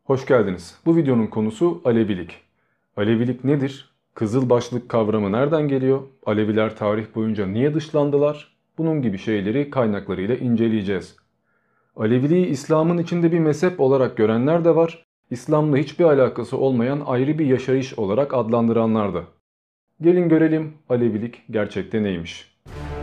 Hoş geldiniz. Bu videonun konusu Alevilik. Alevilik nedir? Kızıl başlık kavramı nereden geliyor? Aleviler tarih boyunca niye dışlandılar? Bunun gibi şeyleri kaynaklarıyla inceleyeceğiz. Aleviliği İslam'ın içinde bir mezhep olarak görenler de var. İslam'la hiçbir alakası olmayan ayrı bir yaşayış olarak adlandıranlar da. Gelin görelim Alevilik gerçekte neymiş?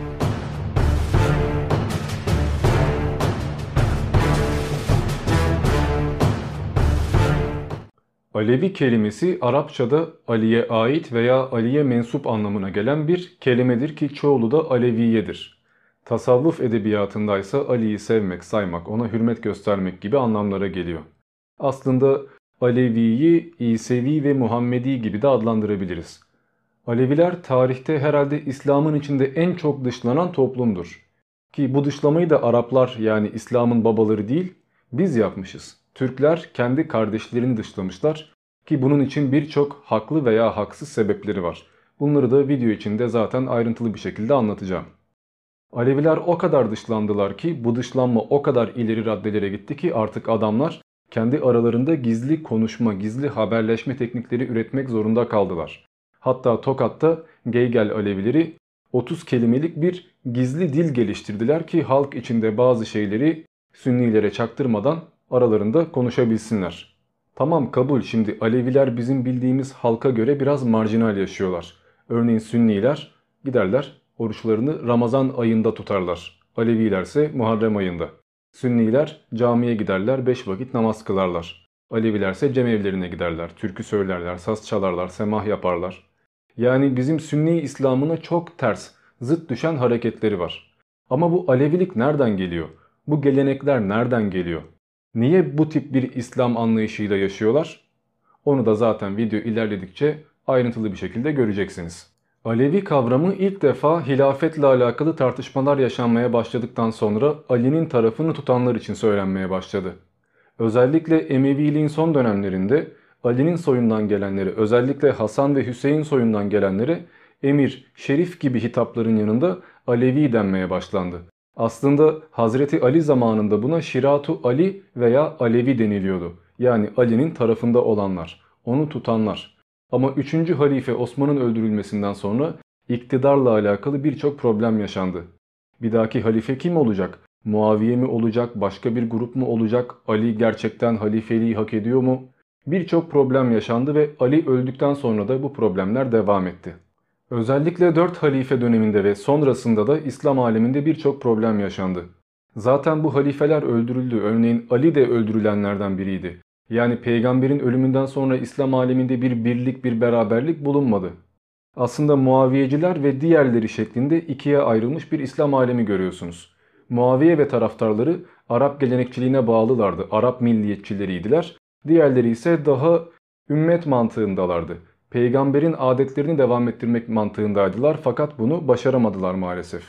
Alevi kelimesi Arapçada Ali'ye ait veya Ali'ye mensup anlamına gelen bir kelimedir ki çoğulu da Aleviyedir. Tasavvuf edebiyatındaysa Ali'yi sevmek, saymak, ona hürmet göstermek gibi anlamlara geliyor. Aslında Alevi'yi İsevi ve Muhammedi gibi de adlandırabiliriz. Aleviler tarihte herhalde İslam'ın içinde en çok dışlanan toplumdur. Ki bu dışlamayı da Araplar yani İslam'ın babaları değil biz yapmışız. Türkler kendi kardeşlerini dışlamışlar ki bunun için birçok haklı veya haksız sebepleri var. Bunları da video içinde zaten ayrıntılı bir şekilde anlatacağım. Aleviler o kadar dışlandılar ki bu dışlanma o kadar ileri raddelere gitti ki artık adamlar kendi aralarında gizli konuşma, gizli haberleşme teknikleri üretmek zorunda kaldılar. Hatta Tokat'ta Geygel Alevileri 30 kelimelik bir gizli dil geliştirdiler ki halk içinde bazı şeyleri Sünnilere çaktırmadan aralarında konuşabilsinler. Tamam kabul, şimdi Aleviler bizim bildiğimiz halka göre biraz marjinal yaşıyorlar. Örneğin Sünniler giderler oruçlarını Ramazan ayında tutarlar. Alevilerse Muharrem ayında. Sünniler camiye giderler 5 vakit namaz kılarlar. Alevilerse cemevlerine giderler, türkü söylerler, saz çalarlar, semah yaparlar. Yani bizim Sünni İslam'ına çok ters, zıt düşen hareketleri var. Ama bu Alevilik nereden geliyor? Bu gelenekler nereden geliyor? Niye bu tip bir İslam anlayışıyla yaşıyorlar? Onu da zaten video ilerledikçe ayrıntılı bir şekilde göreceksiniz. Alevi kavramı ilk defa hilafetle alakalı tartışmalar yaşanmaya başladıktan sonra Ali'nin tarafını tutanlar için söylenmeye başladı. Özellikle Emeviliğin son dönemlerinde Ali'nin soyundan gelenleri, özellikle Hasan ve Hüseyin soyundan gelenlere emir, şerif gibi hitapların yanında Alevi denmeye başlandı. Aslında Hazreti Ali zamanında buna Şiratu Ali veya Alevi deniliyordu. Yani Ali'nin tarafında olanlar, onu tutanlar. Ama 3. Halife Osman'ın öldürülmesinden sonra iktidarla alakalı birçok problem yaşandı. Bir dahaki halife kim olacak? Muaviye mi olacak? Başka bir grup mu olacak? Ali gerçekten halifeliği hak ediyor mu? Birçok problem yaşandı ve Ali öldükten sonra da bu problemler devam etti. Özellikle 4 halife döneminde ve sonrasında da İslam aleminde birçok problem yaşandı. Zaten bu halifeler öldürüldü. Örneğin Ali de öldürülenlerden biriydi. Yani peygamberin ölümünden sonra İslam aleminde bir birlik, bir beraberlik bulunmadı. Aslında Muaviyeciler ve diğerleri şeklinde ikiye ayrılmış bir İslam alemi görüyorsunuz. Muaviye ve taraftarları Arap gelenekçiliğine bağlılardı. Arap milliyetçileriydiler. Diğerleri ise daha ümmet mantığındalardı. Peygamberin adetlerini devam ettirmek mantığındaydılar fakat bunu başaramadılar maalesef.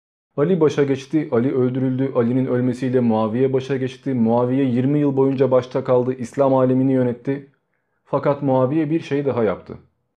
Ali başa geçti, Ali öldürüldü, Ali'nin ölmesiyle Muaviye başa geçti. Muaviye 20 yıl boyunca başta kaldı, İslam alemini yönetti. Fakat Muaviye bir şey daha yaptı.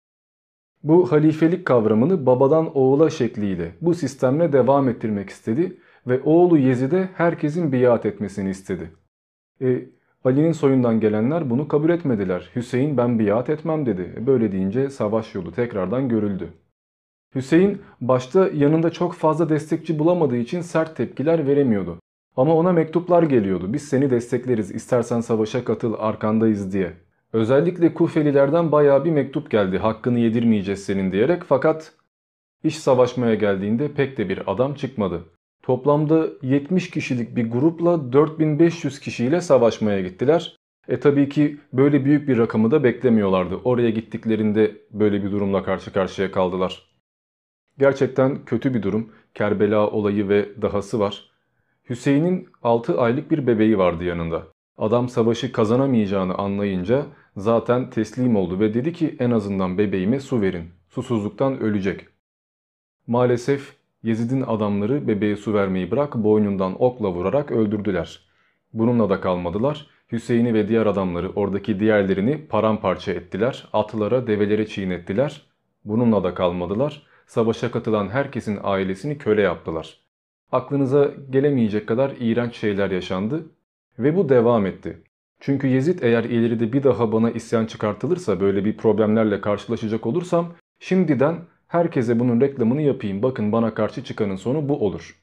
Bu halifelik kavramını babadan oğula şekliyle bu sistemle devam ettirmek istedi ve oğlu Yezid'e herkesin biat etmesini istedi. Ali'nin soyundan gelenler bunu kabul etmediler. Hüseyin ben biat etmem dedi. Böyle deyince savaş yolu tekrardan görüldü. Hüseyin başta yanında çok fazla destekçi bulamadığı için sert tepkiler veremiyordu. Ama ona mektuplar geliyordu. Biz seni destekleriz, istersen savaşa katıl, arkandayız diye. Özellikle Kufelilerden bayağı bir mektup geldi. Hakkını yedirmeyeceğiz senin diyerek, fakat iş savaşmaya geldiğinde pek de bir adam çıkmadı. Toplamda 70 kişilik bir grupla 4500 kişiyle savaşmaya gittiler. Tabii ki böyle büyük bir rakamı da beklemiyorlardı. Oraya gittiklerinde böyle bir durumla karşı karşıya kaldılar. Gerçekten kötü bir durum. Kerbela olayı ve dahası var. Hüseyin'in 6 aylık bir bebeği vardı yanında. Adam savaşı kazanamayacağını anlayınca zaten teslim oldu ve dedi ki en azından bebeğime su verin. Susuzluktan ölecek. Maalesef Yezid'in adamları bebeğe su vermeyi bırak boynundan okla vurarak öldürdüler. Bununla da kalmadılar. Hüseyin'i ve diğer adamları, oradaki diğerlerini paramparça ettiler. Atlara, develere çiğnettiler. Bununla da kalmadılar. Savaşa katılan herkesin ailesini köle yaptılar. Aklınıza gelemeyecek kadar iğrenç şeyler yaşandı ve bu devam etti. Çünkü Yezid eğer ileride bir daha bana isyan çıkartılırsa, böyle bir problemlerle karşılaşacak olursam şimdiden herkese bunun reklamını yapayım. Bakın bana karşı çıkanın sonu bu olur.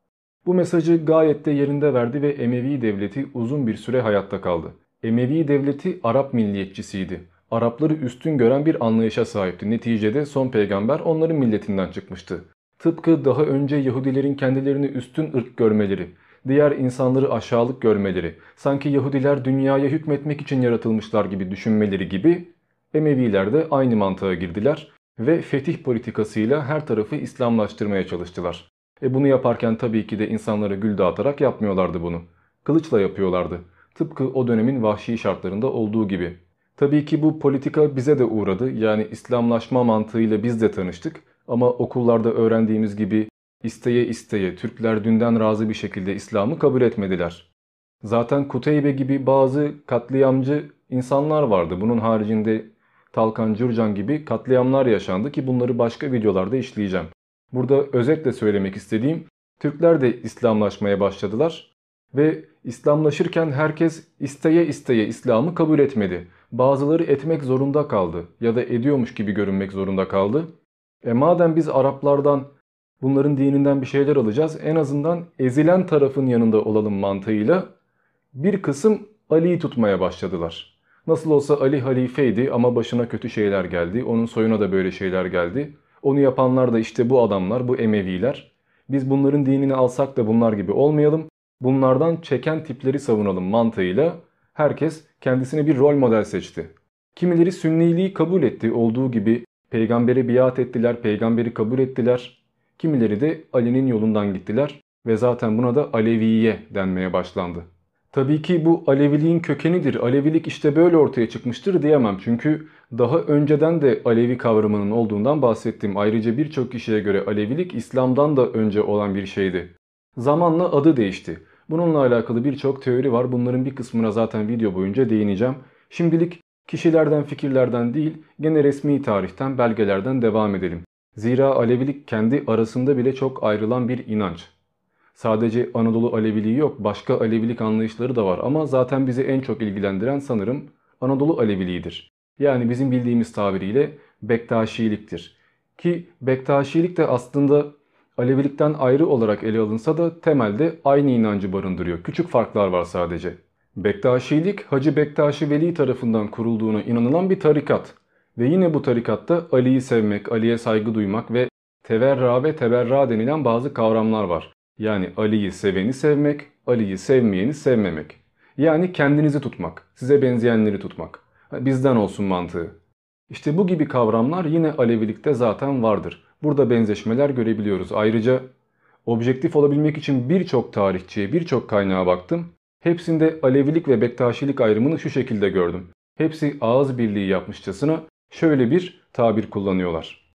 Bu mesajı gayet de yerinde verdi ve Emevi devleti uzun bir süre hayatta kaldı. Emevi devleti Arap milliyetçisiydi. Arapları üstün gören bir anlayışa sahipti. Neticede son peygamber onların milletinden çıkmıştı. Tıpkı daha önce Yahudilerin kendilerini üstün ırk görmeleri, diğer insanları aşağılık görmeleri, sanki Yahudiler dünyaya hükmetmek için yaratılmışlar gibi düşünmeleri gibi Emeviler de aynı mantığa girdiler ve fetih politikasıyla her tarafı İslamlaştırmaya çalıştılar. Bunu yaparken tabii ki de insanlara gül dağıtarak yapmıyorlardı bunu. Kılıçla yapıyorlardı. Tıpkı o dönemin vahşi şartlarında olduğu gibi. Tabii ki bu politika bize de uğradı. Yani İslamlaşma mantığıyla biz de tanıştık. Ama okullarda öğrendiğimiz gibi isteye isteye Türkler dünden razı bir şekilde İslam'ı kabul etmediler. Zaten Kuteybe gibi bazı katliamcı insanlar vardı. Bunun haricinde Talkan Cürcan gibi katliamlar yaşandı ki bunları başka videolarda işleyeceğim. Burada özetle söylemek istediğim, Türkler de İslamlaşmaya başladılar ve İslamlaşırken herkes isteye isteye İslam'ı kabul etmedi. Bazıları etmek zorunda kaldı ya da ediyormuş gibi görünmek zorunda kaldı. Madem biz Araplardan, bunların dininden bir şeyler alacağız, en azından ezilen tarafın yanında olalım mantığıyla bir kısım Ali'yi tutmaya başladılar. Nasıl olsa Ali halifeydi ama başına kötü şeyler geldi. Onun soyuna da böyle şeyler geldi. Onu yapanlar da işte bu adamlar, bu Emeviler. Biz bunların dinini alsak da bunlar gibi olmayalım. Bunlardan çeken tipleri savunalım mantığıyla herkes kendisine bir rol model seçti. Kimileri Sünniliği kabul etti, olduğu gibi peygambere biat ettiler, peygamberi kabul ettiler. Kimileri de Ali'nin yolundan gittiler ve zaten buna da Aleviye denmeye başlandı. Tabii ki bu Aleviliğin kökenidir, Alevilik işte böyle ortaya çıkmıştır diyemem. Çünkü daha önceden de Alevi kavramının olduğundan bahsettim. Ayrıca birçok kişiye göre Alevilik İslam'dan da önce olan bir şeydi. Zamanla adı değişti. Bununla alakalı birçok teori var. Bunların bir kısmına zaten video boyunca değineceğim. Şimdilik kişilerden, fikirlerden değil, gene resmi tarihten, belgelerden devam edelim. Zira Alevilik kendi arasında bile çok ayrılan bir inanç. Sadece Anadolu Aleviliği yok, başka Alevilik anlayışları da var ama zaten bizi en çok ilgilendiren sanırım Anadolu Aleviliğidir. Yani bizim bildiğimiz tabiriyle Bektaşiliktir. Ki Bektaşilik de aslında Alevilikten ayrı olarak ele alınsa da temelde aynı inancı barındırıyor. Küçük farklar var sadece. Bektaşilik, Hacı Bektaşi Veli tarafından kurulduğuna inanılan bir tarikat. Ve yine bu tarikatta Ali'yi sevmek, Ali'ye saygı duymak ve teverra ve teberra denilen bazı kavramlar var. Yani Ali'yi seveni sevmek, Ali'yi sevmeyeni sevmemek. Yani kendinizi tutmak, size benzeyenleri tutmak. Bizden olsun mantığı. İşte bu gibi kavramlar yine Alevilikte zaten vardır. Burada benzeşmeler görebiliyoruz. Ayrıca objektif olabilmek için birçok tarihçiye, birçok kaynağa baktım. Hepsinde Alevilik ve Bektaşilik ayrımını şu şekilde gördüm. Hepsi ağız birliği yapmışçasına şöyle bir tabir kullanıyorlar.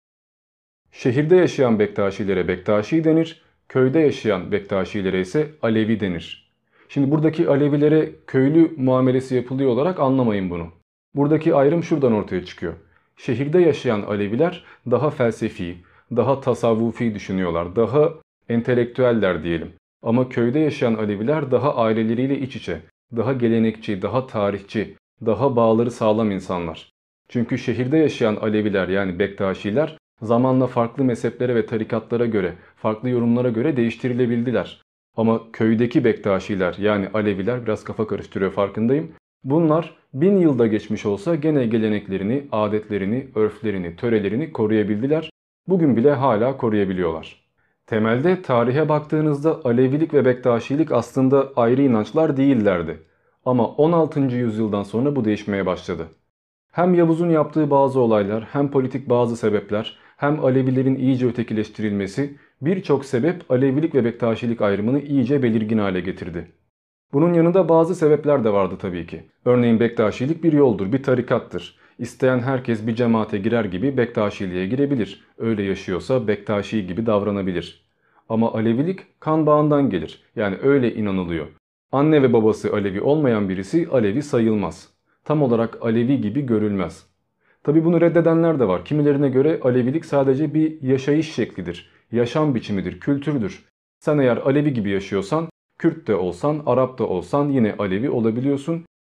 Şehirde yaşayan Bektaşilere Bektaşi denir, köyde yaşayan Bektaşilere ise Alevi denir. Şimdi buradaki Alevilere köylü muamelesi yapılıyor olarak anlamayın bunu. Buradaki ayrım şuradan ortaya çıkıyor. Şehirde yaşayan Aleviler daha felsefi, daha tasavvufi düşünüyorlar, daha entelektüeller diyelim. Ama köyde yaşayan Aleviler daha aileleriyle iç içe, daha gelenekçi, daha tarihçi, daha bağları sağlam insanlar. Çünkü şehirde yaşayan Aleviler yani Bektaşiler zamanla farklı mezheplere ve tarikatlara göre, farklı yorumlara göre değiştirilebildiler. Ama köydeki Bektaşiler yani Aleviler biraz kafa karıştırıyor farkındayım. Bunlar 1000 yılda geçmiş olsa gene geleneklerini, adetlerini, örflerini, törelerini koruyabildiler. Bugün bile hala koruyabiliyorlar. Temelde tarihe baktığınızda Alevilik ve Bektaşilik aslında ayrı inançlar değillerdi. Ama 16. yüzyıldan sonra bu değişmeye başladı. Hem Yavuz'un yaptığı bazı olaylar, hem politik bazı sebepler, hem Alevilerin iyice ötekileştirilmesi birçok sebep Alevilik ve Bektaşilik ayrımını iyice belirgin hale getirdi. Bunun yanında bazı sebepler de vardı tabii ki. Örneğin Bektaşilik bir yoldur, bir tarikattır. İsteyen herkes bir cemaate girer gibi Bektaşiliğe girebilir. Öyle yaşıyorsa Bektaşi gibi davranabilir. Ama Alevilik kan bağından gelir. Yani öyle inanılıyor. Anne ve babası Alevi olmayan birisi Alevi sayılmaz. Tam olarak Alevi gibi görülmez. Tabi bunu reddedenler de var. Kimilerine göre Alevilik sadece bir yaşayış şeklidir, yaşam biçimidir, kültürdür. Sen eğer Alevi gibi yaşıyorsan, Kürt de olsan, Arap da olsan yine Alevi olabiliyorsun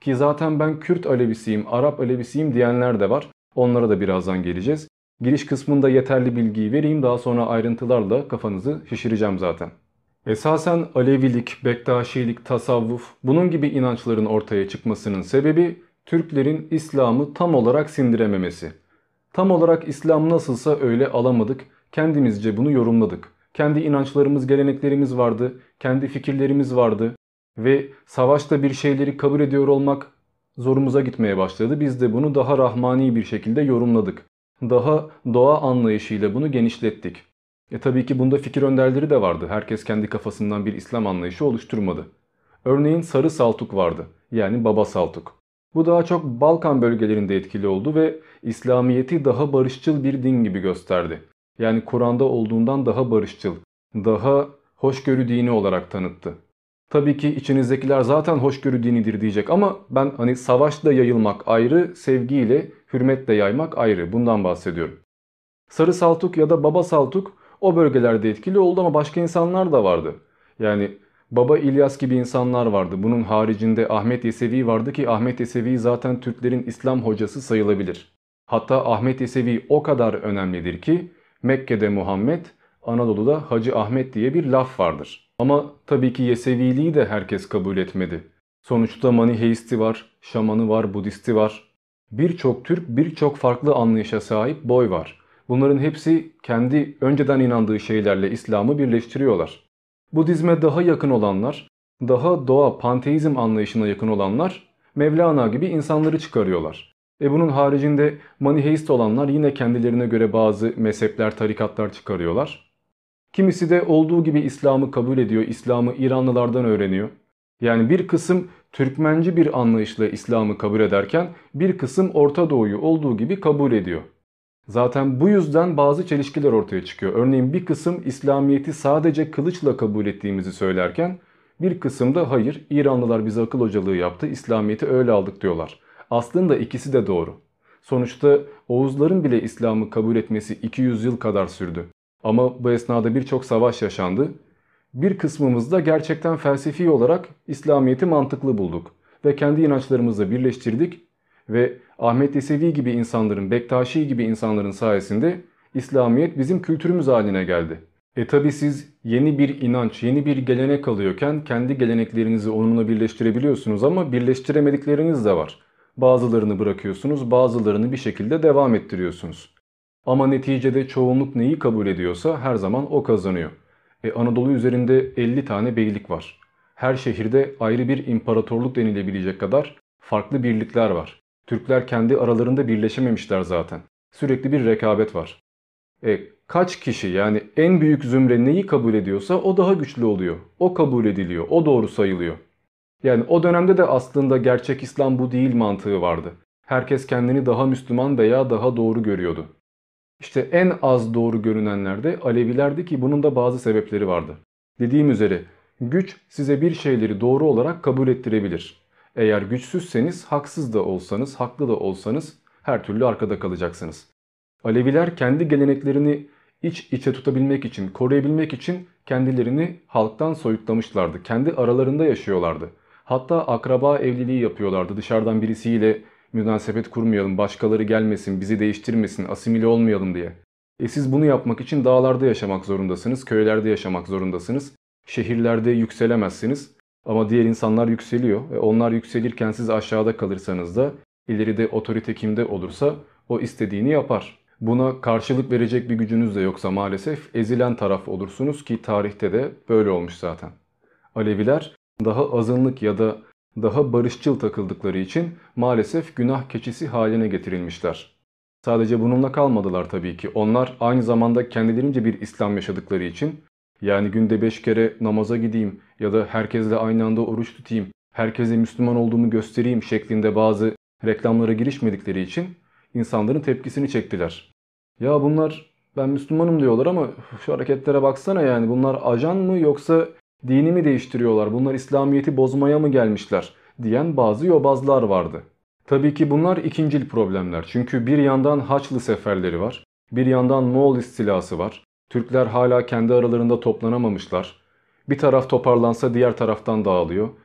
Ki zaten ben Kürt Alevisiyim, Arap Alevisiyim diyenler de var. Onlara da birazdan geleceğiz. Giriş kısmında yeterli bilgiyi vereyim, daha sonra ayrıntılarla kafanızı şişireceğim zaten. Esasen Alevilik, Bektaşilik, tasavvuf, bunun gibi inançların ortaya çıkmasının sebebi Türklerin İslam'ı tam olarak sindirememesi. Tam olarak İslam nasılsa öyle alamadık, kendimizce bunu yorumladık. Kendi inançlarımız, geleneklerimiz vardı, kendi fikirlerimiz vardı ve savaşta bir şeyleri kabul ediyor olmak zorumuza gitmeye başladı. Biz de bunu daha rahmani bir şekilde yorumladık. Daha doğa anlayışıyla bunu genişlettik. Tabii ki bunda fikir önderleri de vardı. Herkes kendi kafasından bir İslam anlayışı oluşturmadı. Örneğin Sarı Saltuk vardı. Yani Baba Saltuk. Bu daha çok Balkan bölgelerinde etkili oldu ve İslamiyet'i daha barışçıl bir din gibi gösterdi. Yani Kur'an'da olduğundan daha barışçıl, daha hoşgörü dini olarak tanıttı. Tabii ki içinizdekiler zaten hoşgörü dinidir diyecek ama ben hani savaşla yayılmak ayrı, sevgiyle, hürmetle yaymak ayrı. Bundan bahsediyorum. Sarı Saltuk ya da Baba Saltuk o bölgelerde etkili oldu ama başka insanlar da vardı. Yani Baba İlyas gibi insanlar vardı. Bunun haricinde Ahmet Yesevi vardı ki Ahmet Yesevi zaten Türklerin İslam hocası sayılabilir. Hatta Ahmet Yesevi o kadar önemlidir ki Mekke'de Muhammed, Anadolu'da Hacı Ahmet diye bir laf vardır. Ama tabii ki Yeseviliği de herkes kabul etmedi. Sonuçta Maniheisti var, Şamanı var, Budisti var. Birçok Türk birçok farklı anlayışa sahip boy var. Bunların hepsi kendi önceden inandığı şeylerle İslam'ı birleştiriyorlar. Budizme daha yakın olanlar, daha doğa, panteizm anlayışına yakın olanlar Mevlana gibi insanları çıkarıyorlar. Bunun haricinde maniheist olanlar yine kendilerine göre bazı mezhepler, tarikatlar çıkarıyorlar. Kimisi de olduğu gibi İslam'ı kabul ediyor, İslam'ı İranlılardan öğreniyor. Yani bir kısım Türkmenci bir anlayışla İslam'ı kabul ederken bir kısım Orta Doğu'yu olduğu gibi kabul ediyor. Zaten bu yüzden bazı çelişkiler ortaya çıkıyor. Örneğin bir kısım İslamiyet'i sadece kılıçla kabul ettiğimizi söylerken bir kısım da hayır, İranlılar bize akıl hocalığı yaptı, İslamiyet'i öyle aldık diyorlar. Aslında ikisi de doğru. Sonuçta Oğuzların bile İslam'ı kabul etmesi 200 yıl kadar sürdü. Ama bu esnada birçok savaş yaşandı. Bir kısmımız da gerçekten felsefi olarak İslamiyet'i mantıklı bulduk ve kendi inançlarımızla birleştirdik ve Ahmet Yesevi gibi insanların, Bektaşi gibi insanların sayesinde İslamiyet bizim kültürümüz haline geldi. Tabi siz yeni bir inanç, yeni bir gelenek alıyorken kendi geleneklerinizi onunla birleştirebiliyorsunuz ama birleştiremedikleriniz de var. Bazılarını bırakıyorsunuz, bazılarını bir şekilde devam ettiriyorsunuz. Ama neticede çoğunluk neyi kabul ediyorsa her zaman o kazanıyor. Anadolu üzerinde 50 tane beylik var. Her şehirde ayrı bir imparatorluk denilebilecek kadar farklı birlikler var. Türkler kendi aralarında birleşememişler zaten. Sürekli bir rekabet var. Kaç kişi yani en büyük zümre neyi kabul ediyorsa o daha güçlü oluyor. O kabul ediliyor, o doğru sayılıyor. Yani o dönemde de aslında gerçek İslam bu değil mantığı vardı. Herkes kendini daha Müslüman veya daha doğru görüyordu. İşte en az doğru görünenler de Alevilerdi ki bunun da bazı sebepleri vardı. Dediğim üzere güç size bir şeyleri doğru olarak kabul ettirebilir. Eğer güçsüzseniz haksız da olsanız, haklı da olsanız her türlü arkada kalacaksınız. Aleviler kendi geleneklerini iç içe tutabilmek için, koruyabilmek için kendilerini halktan soyutlamışlardı. Kendi aralarında yaşıyorlardı. Hatta akraba evliliği yapıyorlardı. Dışarıdan birisiyle münasebet kurmayalım, başkaları gelmesin, bizi değiştirmesin, asimile olmayalım diye. Siz bunu yapmak için dağlarda yaşamak zorundasınız, köylerde yaşamak zorundasınız. Şehirlerde yükselemezsiniz ama diğer insanlar yükseliyor. Onlar yükselirken siz aşağıda kalırsanız da ileride otorite kimde olursa o istediğini yapar. Buna karşılık verecek bir gücünüz de yoksa maalesef ezilen taraf olursunuz ki tarihte de böyle olmuş zaten. Aleviler daha azınlık ya da daha barışçıl takıldıkları için maalesef günah keçisi haline getirilmişler. Sadece bununla kalmadılar tabii ki. Onlar aynı zamanda kendilerince bir İslam yaşadıkları için yani günde 5 kere namaza gideyim ya da herkesle aynı anda oruç tutayım, herkese Müslüman olduğumu göstereyim şeklinde bazı reklamlara girişmedikleri için insanların tepkisini çektiler. Ya bunlar ben Müslümanım diyorlar ama şu hareketlere baksana yani bunlar ajan mı yoksa dini mi değiştiriyorlar, bunlar İslamiyet'i bozmaya mı gelmişler diyen bazı yobazlar vardı. Tabii ki bunlar ikincil problemler çünkü bir yandan Haçlı seferleri var, bir yandan Moğol istilası var. Türkler hala kendi aralarında toplanamamışlar. Bir taraf toparlansa diğer taraftan dağılıyor.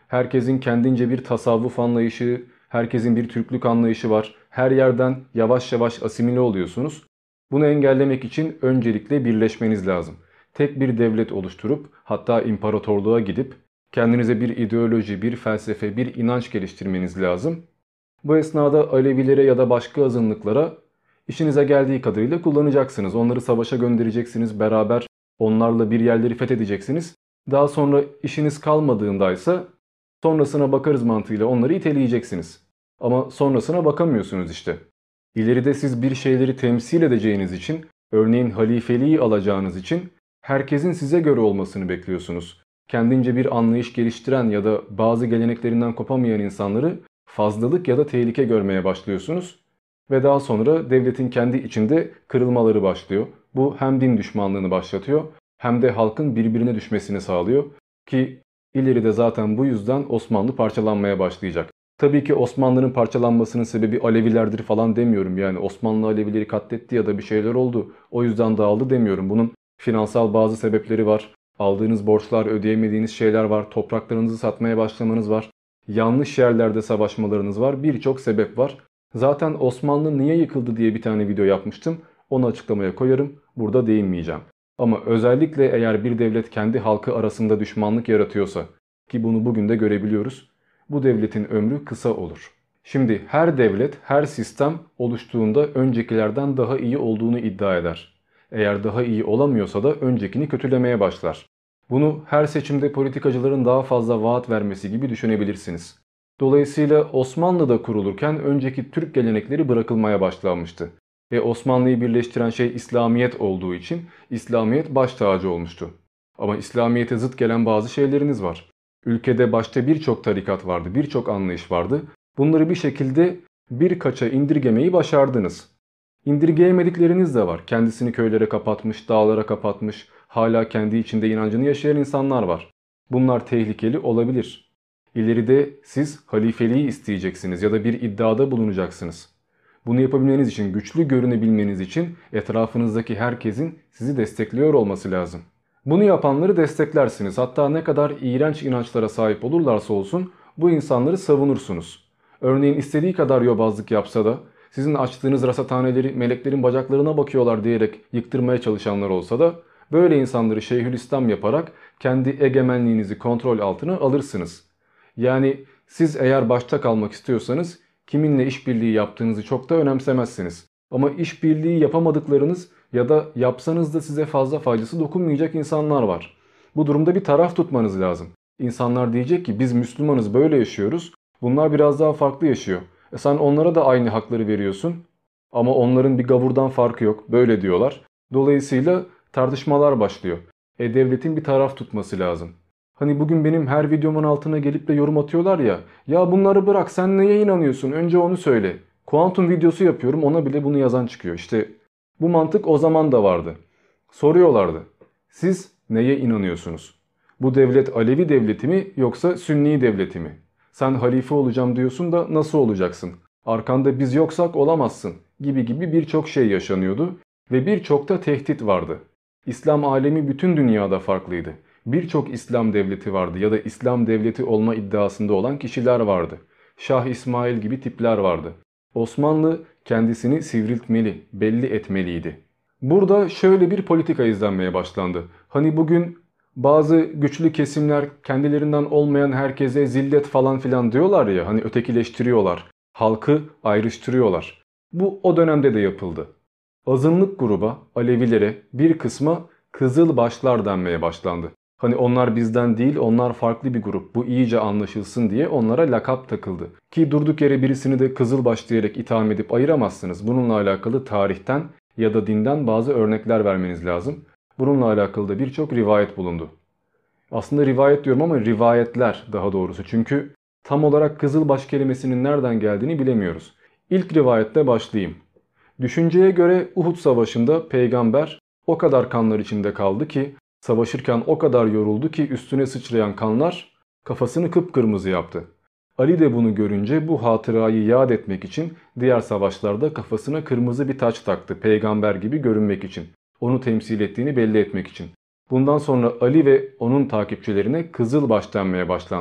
Herkesin kendince bir tasavvuf anlayışı, herkesin bir Türklük anlayışı var. Her yerden yavaş yavaş asimile oluyorsunuz. Bunu engellemek için öncelikle birleşmeniz lazım. Tek bir devlet oluşturup hatta imparatorluğa gidip kendinize bir ideoloji, bir felsefe, bir inanç geliştirmeniz lazım. Bu esnada Alevilere ya da başka azınlıklara işinize geldiği kadarıyla kullanacaksınız. Onları savaşa göndereceksiniz, beraber onlarla bir yerleri fethedeceksiniz. Daha sonra işiniz kalmadığındaysa sonrasına bakarız mantığıyla onları iteleyeceksiniz. Ama sonrasına bakamıyorsunuz işte. İleride siz bir şeyleri temsil edeceğiniz için, örneğin halifeliği alacağınız için herkesin size göre olmasını bekliyorsunuz. Kendince bir anlayış geliştiren ya da bazı geleneklerinden kopamayan insanları fazlalık ya da tehlike görmeye başlıyorsunuz. Ve daha sonra devletin kendi içinde kırılmaları başlıyor. Bu hem din düşmanlığını başlatıyor hem de halkın birbirine düşmesini sağlıyor. Ki ileride zaten bu yüzden Osmanlı parçalanmaya başlayacak. Tabii ki Osmanlı'nın parçalanmasının sebebi Alevilerdir falan demiyorum. Yani Osmanlı Alevileri katletti ya da bir şeyler oldu, o yüzden dağıldı demiyorum. Bunun finansal bazı sebepleri var. Aldığınız borçlar, ödeyemediğiniz şeyler var. Topraklarınızı satmaya başlamanız var. Yanlış yerlerde savaşmalarınız var. Birçok sebep var. Zaten Osmanlı niye yıkıldı diye bir tane video yapmıştım. Onu açıklamaya koyarım. Burada değinmeyeceğim. Ama özellikle eğer bir devlet kendi halkı arasında düşmanlık yaratıyorsa, ki bunu bugün de görebiliyoruz, bu devletin ömrü kısa olur. Şimdi her devlet, her sistem oluştuğunda öncekilerden daha iyi olduğunu iddia eder. Eğer daha iyi olamıyorsa da öncekini kötülemeye başlar. Bunu her seçimde politikacıların daha fazla vaat vermesi gibi düşünebilirsiniz. Dolayısıyla Osmanlı'da kurulurken önceki Türk gelenekleri bırakılmaya başlanmıştı. Ve Osmanlı'yı birleştiren şey İslamiyet olduğu için İslamiyet baş tacı olmuştu. Ama İslamiyet'e zıt gelen bazı şeyleriniz var. Ülkede başta birçok tarikat vardı, birçok anlayış vardı. Bunları bir şekilde birkaça indirgemeyi başardınız. İndirgeyemedikleriniz de var. Kendisini köylere kapatmış, dağlara kapatmış, hala kendi içinde inancını yaşayan insanlar var. Bunlar tehlikeli olabilir. İleride siz halifeliği isteyeceksiniz ya da bir iddiada bulunacaksınız. Bunu yapabilmeniz için, güçlü görünebilmeniz için etrafınızdaki herkesin sizi destekliyor olması lazım. Bunu yapanları desteklersiniz. Hatta ne kadar iğrenç inançlara sahip olurlarsa olsun bu insanları savunursunuz. Örneğin istediği kadar yobazlık yapsa da sizin açtığınız rasathaneleri meleklerin bacaklarına bakıyorlar diyerek yıktırmaya çalışanlar olsa da böyle insanları Şeyhülislam yaparak kendi egemenliğinizi kontrol altına alırsınız. Yani siz eğer başta kalmak istiyorsanız kiminle işbirliği yaptığınızı çok da önemsemezsiniz. Ama işbirliği yapamadıklarınız ya da yapsanız da size fazla faydası dokunmayacak insanlar var. Bu durumda bir taraf tutmanız lazım. İnsanlar diyecek ki biz Müslümanız, böyle yaşıyoruz. Bunlar biraz daha farklı yaşıyor. Sen onlara da aynı hakları veriyorsun. Ama onların bir gavurdan farkı yok. Böyle diyorlar. Dolayısıyla tartışmalar başlıyor. Devletin bir taraf tutması lazım. Hani bugün benim her videomun altına gelip de yorum atıyorlar ya. Ya bunları bırak, sen neye inanıyorsun? Önce onu söyle. Kuantum videosu yapıyorum, ona bile bunu yazan çıkıyor. İşte bu mantık o zaman da vardı. Soruyorlardı. Siz neye inanıyorsunuz? Bu devlet Alevi devleti mi yoksa Sünni devleti mi? Sen halife olacağım diyorsun da nasıl olacaksın? Arkanda biz yoksak olamazsın gibi birçok şey yaşanıyordu ve birçok da tehdit vardı. İslam alemi bütün dünyada farklıydı. Birçok İslam devleti vardı ya da İslam devleti olma iddiasında olan kişiler vardı. Şah İsmail gibi tipler vardı. Osmanlı kendisini sivriltmeli, belli etmeliydi. Burada şöyle bir politika izlenmeye başlandı. Hani bugün bazı güçlü kesimler kendilerinden olmayan herkese zillet falan filan diyorlar ya, hani ötekileştiriyorlar. Halkı ayrıştırıyorlar. Bu o dönemde de yapıldı. Azınlık gruba, Alevilere, bir kısma Kızılbaşlar denmeye başlandı. Hani onlar bizden değil, onlar farklı bir grup. Bu iyice anlaşılsın diye onlara lakap takıldı. Ki durduk yere birisini de Kızılbaş diyerek itham edip ayıramazsınız. Bununla alakalı tarihten ya da dinden bazı örnekler vermeniz lazım. Bununla alakalı da birçok rivayet bulundu. Aslında rivayet diyorum ama rivayetler daha doğrusu. Çünkü tam olarak Kızılbaş kelimesinin nereden geldiğini bilemiyoruz. İlk rivayette başlayayım. Düşünceye göre Uhud Savaşı'nda peygamber o kadar kanlar içinde kaldı ki, savaşırken o kadar yoruldu ki üstüne sıçrayan kanlar kafasını kıpkırmızı yaptı. Ali de bunu görünce bu hatırayı yad etmek için diğer savaşlarda kafasına kırmızı bir taç taktı, peygamber gibi görünmek için. Onu temsil ettiğini belli etmek için. Bundan sonra Ali ve onun takipçilerine Kızılbaş denmeye başlandı.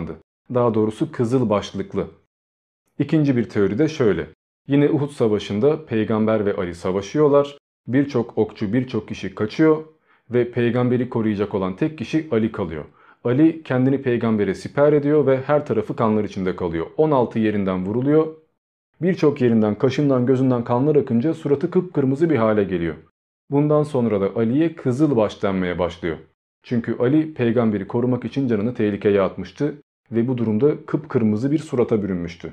Daha doğrusu kızıl başlıklı. İkinci bir teori de şöyle. Yine Uhud Savaşı'nda Peygamber ve Ali savaşıyorlar. Birçok okçu, birçok kişi kaçıyor ve peygamberi koruyacak olan tek kişi Ali kalıyor. Ali kendini peygambere siper ediyor ve her tarafı kanlar içinde kalıyor. 16 yerinden vuruluyor. Birçok yerinden, kaşından, gözünden kanlar akınca suratı kıpkırmızı bir hale geliyor. Bundan sonra da Ali'ye Kızılbaş denmeye başlıyor. Çünkü Ali peygamberi korumak için canını tehlikeye atmıştı ve bu durumda kıpkırmızı bir surata bürünmüştü.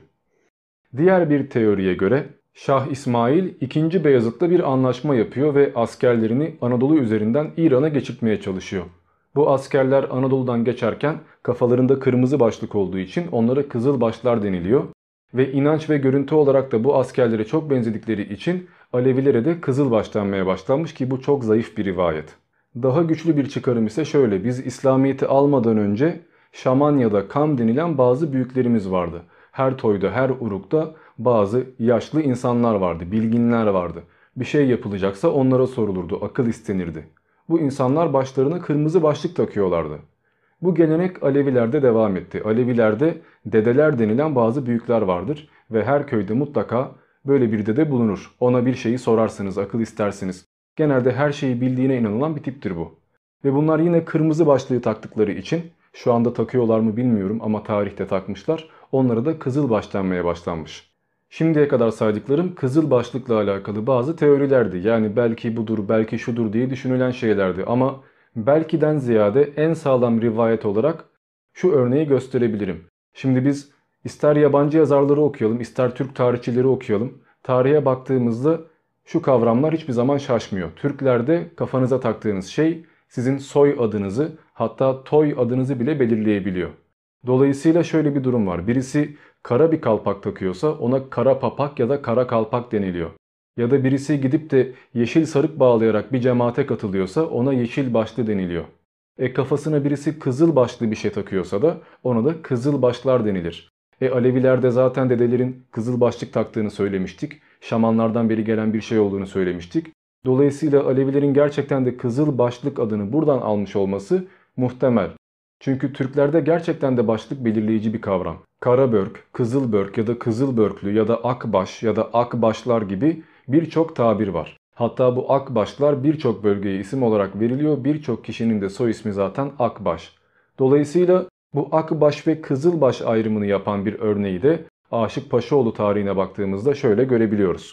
Diğer bir teoriye göre Şah İsmail II. Beyazıt'la bir anlaşma yapıyor ve askerlerini Anadolu üzerinden İran'a geçirtmeye çalışıyor. Bu askerler Anadolu'dan geçerken kafalarında kırmızı başlık olduğu için onlara Kızılbaşlar deniliyor. Ve inanç ve görüntü olarak da bu askerlere çok benzedikleri için Alevilere de Kızılbaş denmeye başlanmış ki bu çok zayıf bir rivayet. Daha güçlü bir çıkarım ise şöyle: biz İslamiyet'i almadan önce şaman ya da kam denilen bazı büyüklerimiz vardı. Her toyda, her urukta bazı yaşlı insanlar vardı, bilginler vardı. Bir şey yapılacaksa onlara sorulurdu, akıl istenirdi. Bu insanlar başlarına kırmızı başlık takıyorlardı. Bu gelenek Alevilerde devam etti. Alevilerde dedeler denilen bazı büyükler vardır ve her köyde mutlaka böyle bir dede bulunur. Ona bir şeyi sorarsınız, akıl istersiniz. Genelde her şeyi bildiğine inanılan bir tiptir bu. Ve bunlar yine kırmızı başlığı taktıkları için, şu anda takıyorlar mı bilmiyorum ama tarihte takmışlar, onlara da kızılbaş denmeye başlanmış. Şimdiye kadar saydıklarım kızıl başlıkla alakalı bazı teorilerdi. Yani belki budur, belki şudur diye düşünülen şeylerdi ama belkiden ziyade en sağlam rivayet olarak şu örneği gösterebilirim. Şimdi biz ister yabancı yazarları okuyalım, ister Türk tarihçileri okuyalım. Tarihe baktığımızda şu kavramlar hiçbir zaman şaşmıyor. Türklerde kafanıza taktığınız şey sizin soy adınızı, hatta toy adınızı bile belirleyebiliyor. Dolayısıyla şöyle bir durum var. Birisi kara bir kalpak takıyorsa ona kara papak ya da kara kalpak deniliyor. Ya da birisi gidip de yeşil sarık bağlayarak bir cemaate katılıyorsa ona yeşil başlı deniliyor. Kafasına birisi kızıl başlı bir şey takıyorsa da ona da kızıl başlar denilir. Alevilerde zaten dedelerin kızıl başlık taktığını söylemiştik. Şamanlardan beri gelen bir şey olduğunu söylemiştik. Dolayısıyla Alevilerin gerçekten de kızıl başlık adını buradan almış olması muhtemel. Çünkü Türklerde gerçekten de başlık belirleyici bir kavram. Karabörk, Kızılbörk ya da Kızılbörklü ya da Akbaş ya da Akbaşlar gibi birçok tabir var. Hatta bu Akbaşlar birçok bölgeye isim olarak veriliyor. Birçok kişinin de soy ismi zaten Akbaş. Dolayısıyla bu Akbaş ve Kızılbaş ayrımını yapan bir örneği de Aşık Paşaoğlu tarihine baktığımızda şöyle görebiliyoruz.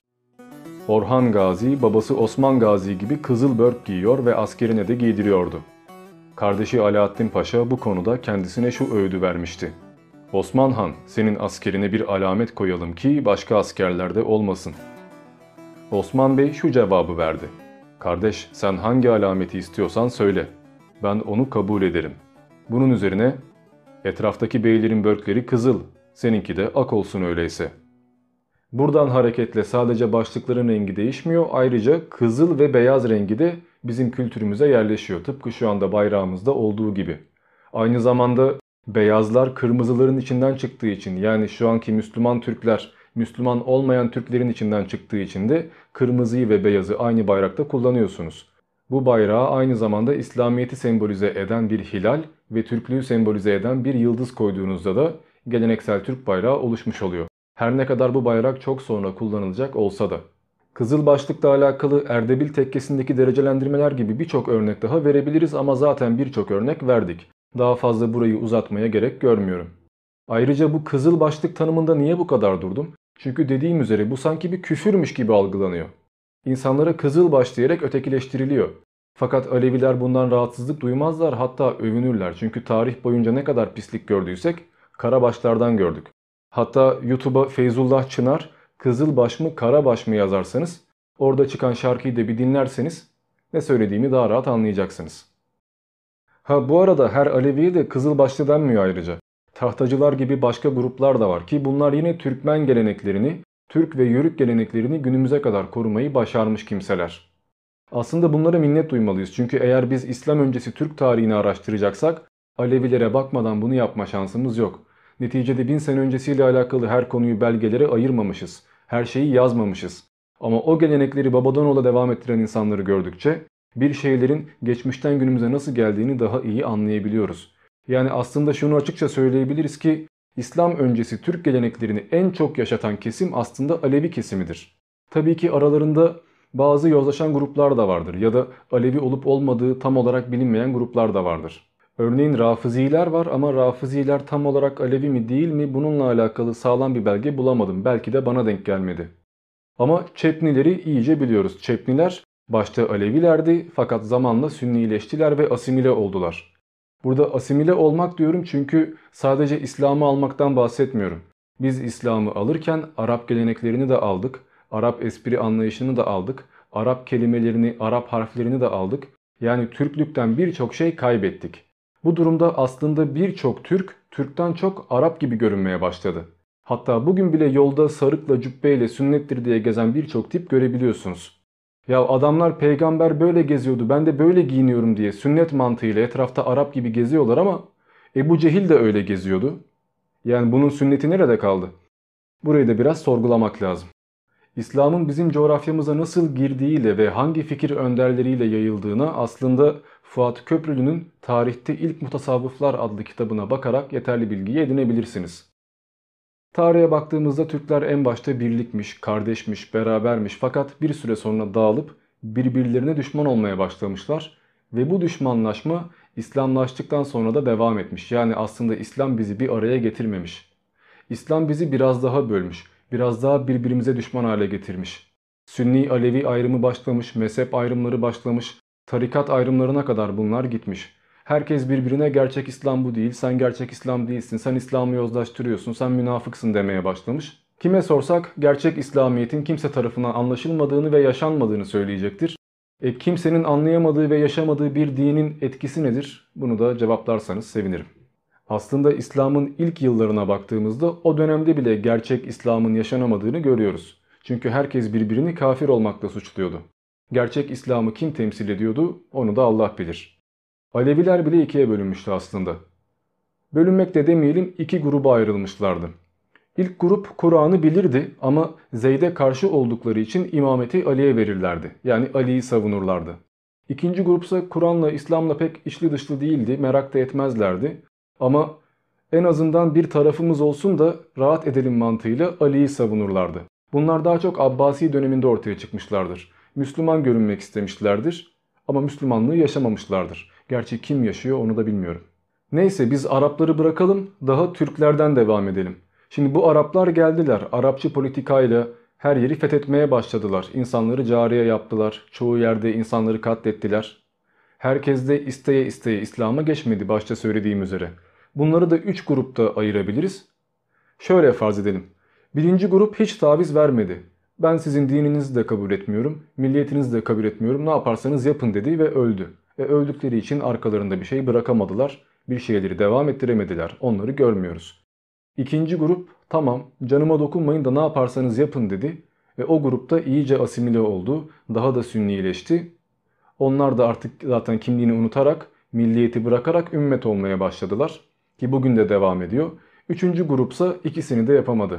Orhan Gazi babası Osman Gazi gibi kızılbörk giyiyor ve askerine de giydiriyordu. Kardeşi Alaaddin Paşa bu konuda kendisine şu öğüdü vermişti. Osman Han, senin askerine bir alamet koyalım ki başka askerlerde olmasın. Osman Bey şu cevabı verdi. Kardeş, sen hangi alameti istiyorsan söyle. Ben onu kabul ederim. Bunun üzerine etraftaki beylerin börkleri kızıl, seninki de ak olsun öyleyse. Buradan hareketle sadece başlıkların rengi değişmiyor, ayrıca kızıl ve beyaz rengi de bizim kültürümüze yerleşiyor. Tıpkı şu anda bayrağımızda olduğu gibi. Aynı zamanda beyazlar kırmızıların içinden çıktığı için, yani şu anki Müslüman Türkler, Müslüman olmayan Türklerin içinden çıktığı için de kırmızıyı ve beyazı aynı bayrakta kullanıyorsunuz. Bu bayrağı aynı zamanda İslamiyet'i sembolize eden bir hilal ve Türklüğü sembolize eden bir yıldız koyduğunuzda da geleneksel Türk bayrağı oluşmuş oluyor. Her ne kadar bu bayrak çok sonra kullanılacak olsa da. Kızıl başlıkla alakalı Erdebil tekkesindeki derecelendirmeler gibi birçok örnek daha verebiliriz ama zaten birçok örnek verdik. Daha fazla burayı uzatmaya gerek görmüyorum. Ayrıca bu kızıl başlık tanımında niye bu kadar durdum? Çünkü dediğim üzere bu sanki bir küfürmüş gibi algılanıyor. İnsanlara kızılbaş diyerek ötekileştiriliyor. Fakat Aleviler bundan rahatsızlık duymazlar, hatta övünürler. Çünkü tarih boyunca ne kadar pislik gördüysek karabaşlardan gördük. Hatta YouTube'a Feyzullah Çınar Kızılbaş mı Karabaş mı yazarsanız orada çıkan şarkıyı da bir dinlerseniz ne söylediğimi daha rahat anlayacaksınız. Bu arada her Alevi'ye de Kızılbaşlı denmiyor ayrıca. Tahtacılar gibi başka gruplar da var ki bunlar yine Türkmen geleneklerini, Türk ve Yörük geleneklerini günümüze kadar korumayı başarmış kimseler. Aslında bunlara minnet duymalıyız çünkü eğer biz İslam öncesi Türk tarihini araştıracaksak Alevilere bakmadan bunu yapma şansımız yok. Neticede 1000 sene öncesiyle alakalı her konuyu belgelere ayırmamışız. Her şeyi yazmamışız. Ama o gelenekleri babadan oğula devam ettiren insanları gördükçe bir şeylerin geçmişten günümüze nasıl geldiğini daha iyi anlayabiliyoruz. Yani aslında şunu açıkça söyleyebiliriz ki İslam öncesi Türk geleneklerini en çok yaşatan kesim aslında Alevi kesimidir. Tabii ki aralarında bazı yozlaşan gruplar da vardır ya da Alevi olup olmadığı tam olarak bilinmeyen gruplar da vardır. Örneğin Rafiziler var ama Rafiziler tam olarak Alevi mi değil mi bununla alakalı sağlam bir belge bulamadım. Belki de bana denk gelmedi. Ama Çepnileri iyice biliyoruz. Çepniler başta Alevilerdi fakat zamanla Sünnileştiler ve asimile oldular. Burada asimile olmak diyorum çünkü sadece İslam'ı almaktan bahsetmiyorum. Biz İslam'ı alırken Arap geleneklerini de aldık, Arap espri anlayışını da aldık, Arap kelimelerini, Arap harflerini de aldık. Yani Türklükten birçok şey kaybettik. Bu durumda aslında birçok Türk, Türk'ten çok Arap gibi görünmeye başladı. Hatta bugün bile yolda sarıkla cübbeyle sünnettir diye gezen birçok tip görebiliyorsunuz. Ya adamlar peygamber böyle geziyordu ben de böyle giyiniyorum diye sünnet mantığıyla etrafta Arap gibi geziyorlar ama Ebu Cehil de öyle geziyordu. Yani bunun sünneti nerede kaldı? Burayı da biraz sorgulamak lazım. İslam'ın bizim coğrafyamıza nasıl girdiğiyle ve hangi fikir önderleriyle yayıldığına aslında Fuat Köprülü'nün Tarihte İlk Mutasavvıflar adlı kitabına bakarak yeterli bilgiyi edinebilirsiniz. Tarihe baktığımızda Türkler en başta birlikmiş, kardeşmiş, berabermiş fakat bir süre sonra dağılıp birbirlerine düşman olmaya başlamışlar ve bu düşmanlaşma İslamlaştıktan sonra da devam etmiş. Yani aslında İslam bizi bir araya getirmemiş. İslam bizi biraz daha bölmüş, biraz daha birbirimize düşman hale getirmiş. Sünni Alevi ayrımı başlamış, mezhep ayrımları başlamış, tarikat ayrımlarına kadar bunlar gitmiş. Herkes birbirine gerçek İslam bu değil, sen gerçek İslam değilsin, sen İslam'ı yozlaştırıyorsun, sen münafıksın demeye başlamış. Kime sorsak gerçek İslamiyet'in kimse tarafından anlaşılmadığını ve yaşanmadığını söyleyecektir. Kimsenin anlayamadığı ve yaşamadığı bir dinin etkisi nedir? Bunu da cevaplarsanız sevinirim. Aslında İslam'ın ilk yıllarına baktığımızda o dönemde bile gerçek İslam'ın yaşanamadığını görüyoruz. Çünkü herkes birbirini kafir olmakla suçluyordu. Gerçek İslam'ı kim temsil ediyordu onu da Allah bilir. Aleviler bile ikiye bölünmüştü aslında. Bölünmek de demeyelim iki gruba ayrılmışlardı. İlk grup Kur'an'ı bilirdi ama Zeyd'e karşı oldukları için imameti Ali'ye verirlerdi. Yani Ali'yi savunurlardı. İkinci grupsa Kur'an'la İslam'la pek içli dışlı değildi, merak da etmezlerdi. Ama en azından bir tarafımız olsun da rahat edelim mantığıyla Ali'yi savunurlardı. Bunlar daha çok Abbasi döneminde ortaya çıkmışlardır. Müslüman görünmek istemişlerdir ama Müslümanlığı yaşamamışlardır. Gerçi kim yaşıyor onu da bilmiyorum. Neyse biz Arapları bırakalım, daha Türklerden devam edelim. Şimdi bu Araplar geldiler, Arapçı politikayla her yeri fethetmeye başladılar. İnsanları cariye yaptılar, çoğu yerde insanları katlettiler. Herkes de isteye isteye İslam'a geçmedi başta söylediğim üzere. Bunları da 3 grupta ayırabiliriz. Şöyle farz edelim. Birinci grup hiç taviz vermedi. Ben sizin dininizi de kabul etmiyorum, milliyetinizi de kabul etmiyorum, ne yaparsanız yapın dedi ve öldü. Öldükleri için arkalarında bir şey bırakamadılar, bir şeyleri devam ettiremediler, onları görmüyoruz. İkinci grup tamam canıma dokunmayın da ne yaparsanız yapın dedi ve o grupta iyice asimile oldu, daha da sünnileşti. Onlar da artık zaten kimliğini unutarak, milliyeti bırakarak ümmet olmaya başladılar. Ki bugün de devam ediyor. Üçüncü grupsa ikisini de yapamadı.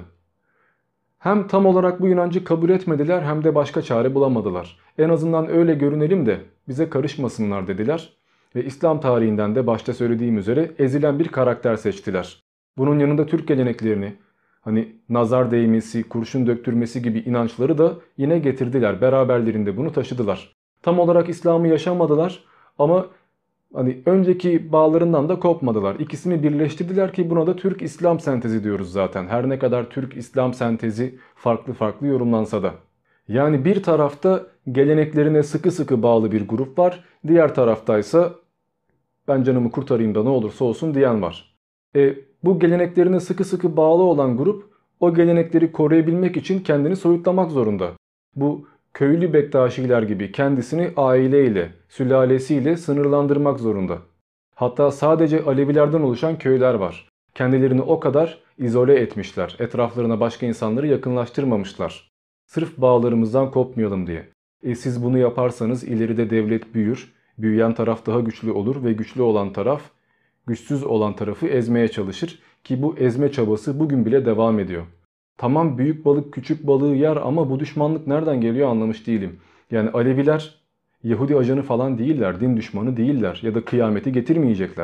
Hem tam olarak bu inancı kabul etmediler hem de başka çare bulamadılar. En azından öyle görünelim de bize karışmasınlar dediler. Ve İslam tarihinden de başta söylediğim üzere ezilen bir karakter seçtiler. Bunun yanında Türk geleneklerini, hani nazar değmesi, kurşun döktürmesi gibi inançları da yine getirdiler. Beraberlerinde bunu taşıdılar. Tam olarak İslam'ı yaşamadılar ama hani önceki bağlarından da kopmadılar. İkisini birleştirdiler ki buna da Türk-İslam sentezi diyoruz zaten. Her ne kadar Türk-İslam sentezi farklı farklı yorumlansa da. Yani bir tarafta geleneklerine sıkı sıkı bağlı bir grup var. Diğer taraftaysa ben canımı kurtarayım da ne olursa olsun diyen var. Bu geleneklerine sıkı sıkı bağlı olan grup o gelenekleri koruyabilmek için kendini soyutlamak zorunda. Bu köylü Bektaşiler gibi kendisini aileyle, sülalesiyle sınırlandırmak zorunda. Hatta sadece Alevilerden oluşan köyler var. Kendilerini o kadar izole etmişler. Etraflarına başka insanları yakınlaştırmamışlar. Sırf bağlarımızdan kopmayalım diye. Siz bunu yaparsanız ileride devlet büyür. Büyüyen taraf daha güçlü olur ve güçlü olan taraf güçsüz olan tarafı ezmeye çalışır. Ki bu ezme çabası bugün bile devam ediyor. Tamam büyük balık küçük balığı yer ama bu düşmanlık nereden geliyor anlamış değilim. Yani Aleviler Yahudi ajanı falan değiller, din düşmanı değiller ya da kıyameti getirmeyecekler.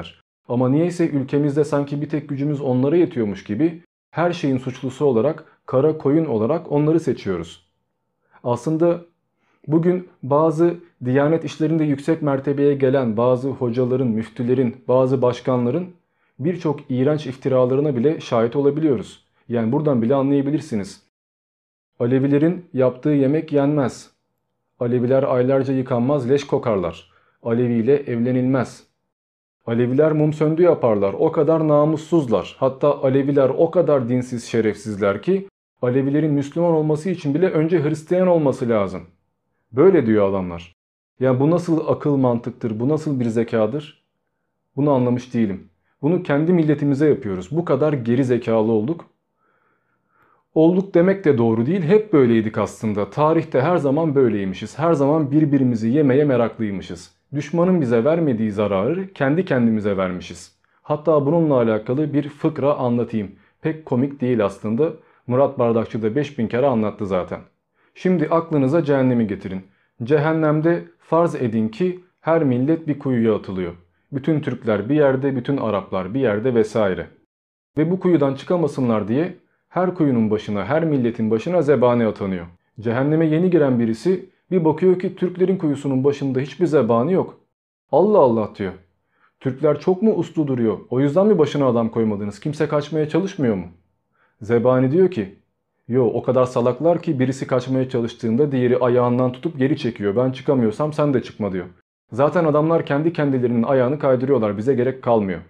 Ama niyeyse ülkemizde sanki bir tek gücümüz onlara yetiyormuş gibi her şeyin suçlusu olarak, kara koyun olarak onları seçiyoruz. Aslında bugün bazı Diyanet işlerinde yüksek mertebeye gelen bazı hocaların, müftülerin, bazı başkanların birçok iğrenç iftiralarına bile şahit olabiliyoruz. Yani buradan bile anlayabilirsiniz. Alevilerin yaptığı yemek yenmez. Aleviler aylarca yıkanmaz, leş kokarlar. Alevi ile evlenilmez. Aleviler mum söndü yaparlar. O kadar namussuzlar. Hatta Aleviler o kadar dinsiz, şerefsizler ki Alevilerin Müslüman olması için bile önce Hristiyan olması lazım. Böyle diyor adamlar. Yani bu nasıl akıl mantıktır, bu nasıl bir zekadır? Bunu anlamış değilim. Bunu kendi milletimize yapıyoruz. Bu kadar geri zekalı olduk. Olduk demek de doğru değil. Hep böyleydik aslında. Tarihte her zaman böyleymişiz. Her zaman birbirimizi yemeye meraklıymışız. Düşmanın bize vermediği zararı kendi kendimize vermişiz. Hatta bununla alakalı bir fıkra anlatayım. Pek komik değil aslında. Murat Bardakçı da 5000 kere anlattı zaten. Şimdi aklınıza cehennemi getirin. Cehennemde farz edin ki her millet bir kuyuya atılıyor. Bütün Türkler bir yerde, bütün Araplar bir yerde vesaire. Ve bu kuyudan çıkamasınlar diye her kuyunun başına, her milletin başına zebani atanıyor. Cehenneme yeni giren birisi bir bakıyor ki Türklerin kuyusunun başında hiçbir zebani yok. Allah Allah diyor. Türkler çok mu uslu duruyor? O yüzden mi başına adam koymadınız? Kimse kaçmaya çalışmıyor mu? Zebani diyor ki, yo o kadar salaklar ki birisi kaçmaya çalıştığında diğeri ayağından tutup geri çekiyor. Ben çıkamıyorsam sen de çıkma diyor. Zaten adamlar kendi kendilerinin ayağını kaydırıyorlar. Bize gerek kalmıyor.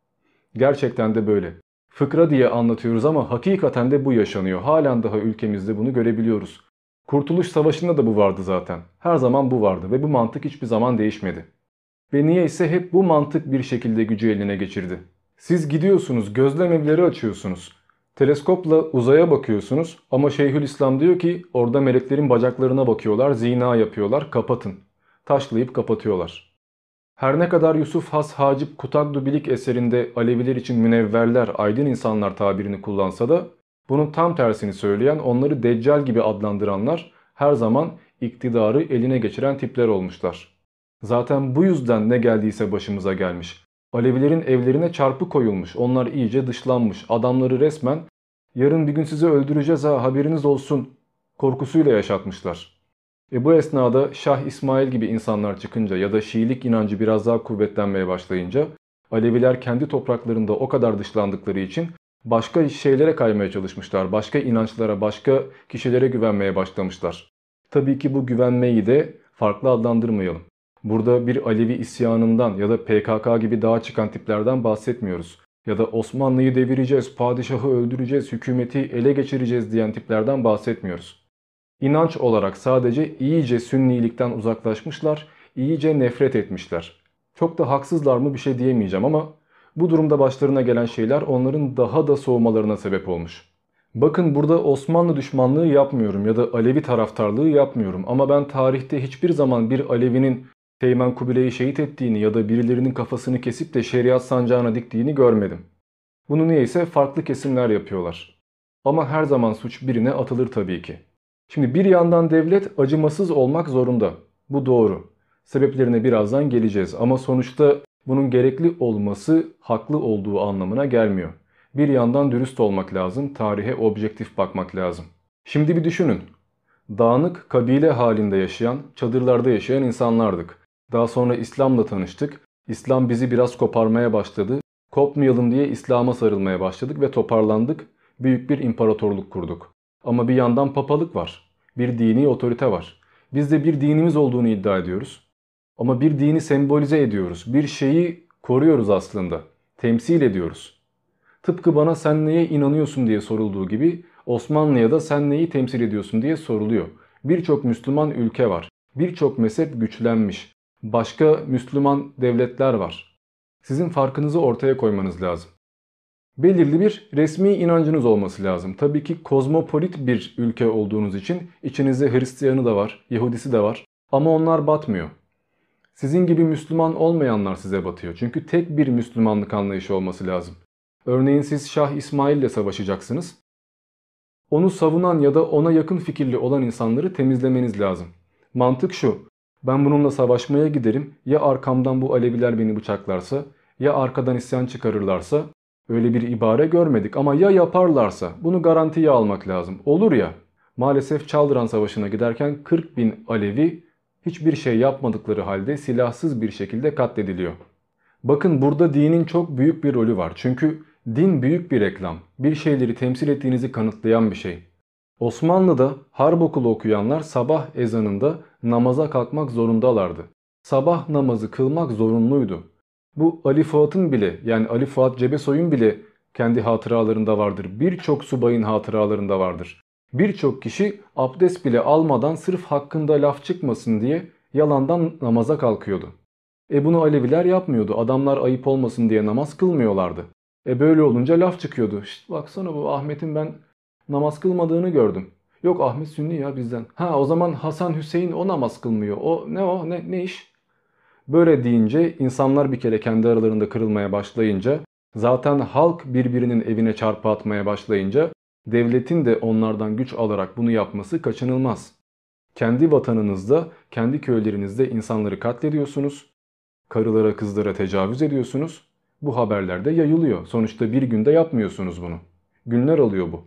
Gerçekten de böyle. Fıkra diye anlatıyoruz ama hakikaten de bu yaşanıyor. Halen daha ülkemizde bunu görebiliyoruz. Kurtuluş Savaşı'nda da bu vardı zaten. Her zaman bu vardı ve bu mantık hiçbir zaman değişmedi. Ve niyeyse hep bu mantık bir şekilde gücü eline geçirdi. Siz gidiyorsunuz, gözlem evleri açıyorsunuz. Teleskopla uzaya bakıyorsunuz ama Şeyhülislam diyor ki orada meleklerin bacaklarına bakıyorlar, zina yapıyorlar, kapatın. Taşlayıp kapatıyorlar. Her ne kadar Yusuf Has Hacip Kutagdu Bilik eserinde Aleviler için münevverler, aydın insanlar tabirini kullansa da bunun tam tersini söyleyen, onları deccal gibi adlandıranlar her zaman iktidarı eline geçiren tipler olmuşlar. Zaten bu yüzden ne geldiyse başımıza gelmiş. Alevilerin evlerine çarpı koyulmuş, onlar iyice dışlanmış, adamları resmen yarın bir gün sizi öldüreceğiz ha haberiniz olsun korkusuyla yaşatmışlar. Bu esnada Şah İsmail gibi insanlar çıkınca ya da Şiilik inancı biraz daha kuvvetlenmeye başlayınca Aleviler kendi topraklarında o kadar dışlandıkları için başka şeylere kaymaya çalışmışlar. Başka inançlara, başka kişilere güvenmeye başlamışlar. Tabii ki bu güvenmeyi de farklı adlandırmayalım. Burada bir Alevi isyanından ya da PKK gibi dağa çıkan tiplerden bahsetmiyoruz. Ya da Osmanlı'yı devireceğiz, padişahı öldüreceğiz, hükümeti ele geçireceğiz diyen tiplerden bahsetmiyoruz. İnanç olarak sadece iyice sünnilikten uzaklaşmışlar, iyice nefret etmişler. Çok da haksızlar mı bir şey diyemeyeceğim ama bu durumda başlarına gelen şeyler onların daha da soğumalarına sebep olmuş. Bakın burada Osmanlı düşmanlığı yapmıyorum ya da Alevi taraftarlığı yapmıyorum ama ben tarihte hiçbir zaman bir Alevinin Teğmen Kubilay'ı şehit ettiğini ya da birilerinin kafasını kesip de şeriat sancağına diktiğini görmedim. Bunu niyeyse farklı kesimler yapıyorlar. Ama her zaman suç birine atılır tabii ki. Şimdi bir yandan devlet acımasız olmak zorunda. Bu doğru. Sebeplerine birazdan geleceğiz ama sonuçta bunun gerekli olması haklı olduğu anlamına gelmiyor. Bir yandan dürüst olmak lazım, tarihe objektif bakmak lazım. Şimdi bir düşünün. Dağınık kabile halinde yaşayan, çadırlarda yaşayan insanlardık. Daha sonra İslam'la tanıştık. İslam bizi biraz koparmaya başladı. Kopmayalım diye İslam'a sarılmaya başladık ve toparlandık. Büyük bir imparatorluk kurduk. Ama bir yandan papalık var. Bir dini otorite var. Biz de bir dinimiz olduğunu iddia ediyoruz. Ama bir dini sembolize ediyoruz. Bir şeyi koruyoruz aslında. Temsil ediyoruz. Tıpkı bana sen neye inanıyorsun diye sorulduğu gibi Osmanlı'ya da sen neyi temsil ediyorsun diye soruluyor. Birçok Müslüman ülke var. Birçok mezhep güçlenmiş. Başka Müslüman devletler var. Sizin farkınızı ortaya koymanız lazım. Belirli bir resmi inancınız olması lazım. Tabii ki kozmopolit bir ülke olduğunuz için içinizde Hristiyanı da var, Yahudisi de var. Ama onlar batmıyor. Sizin gibi Müslüman olmayanlar size batıyor. Çünkü tek bir Müslümanlık anlayışı olması lazım. Örneğin siz Şah İsmail ile savaşacaksınız. Onu savunan ya da ona yakın fikirli olan insanları temizlemeniz lazım. Mantık şu: ben bununla savaşmaya giderim, ya arkamdan bu Aleviler beni bıçaklarsa, Ya arkadan isyan çıkarırlarsa, öyle bir ibare görmedik ama ya yaparlarsa bunu garantiye almak lazım. Olur ya, maalesef Çaldıran Savaşı'na giderken 40 bin Alevi hiçbir şey yapmadıkları halde silahsız bir şekilde katlediliyor. Bakın burada dinin çok büyük bir rolü var. Çünkü din büyük bir reklam. Bir şeyleri temsil ettiğinizi kanıtlayan bir şey. Osmanlı'da harp okulu okuyanlar sabah ezanında namaza kalkmak zorundalardı. Sabah namazı kılmak zorunluydu. Bu Ali Fuat'ın bile, yani Ali Fuat Cebesoy'un bile kendi hatıralarında vardır. Birçok subayın hatıralarında vardır. Birçok kişi abdest bile almadan sırf hakkında laf çıkmasın diye yalandan namaza kalkıyordu. Bunu Aleviler yapmıyordu. Adamlar ayıp olmasın diye namaz kılmıyorlardı. Böyle olunca laf çıkıyordu. İşte baksana bu Ahmet'in ben namaz kılmadığını gördüm. Yok Ahmet Sünni ya bizden. Ha o zaman Hasan Hüseyin o namaz kılmıyor. O ne iş? Böyle deyince insanlar bir kere kendi aralarında kırılmaya başlayınca, zaten halk birbirinin evine çarpı atmaya başlayınca devletin de onlardan güç alarak bunu yapması kaçınılmaz. Kendi vatanınızda, kendi köylerinizde insanları katlediyorsunuz. Karılara kızlara tecavüz ediyorsunuz. Bu haberler de yayılıyor. Sonuçta bir günde yapmıyorsunuz bunu. Günler alıyor bu.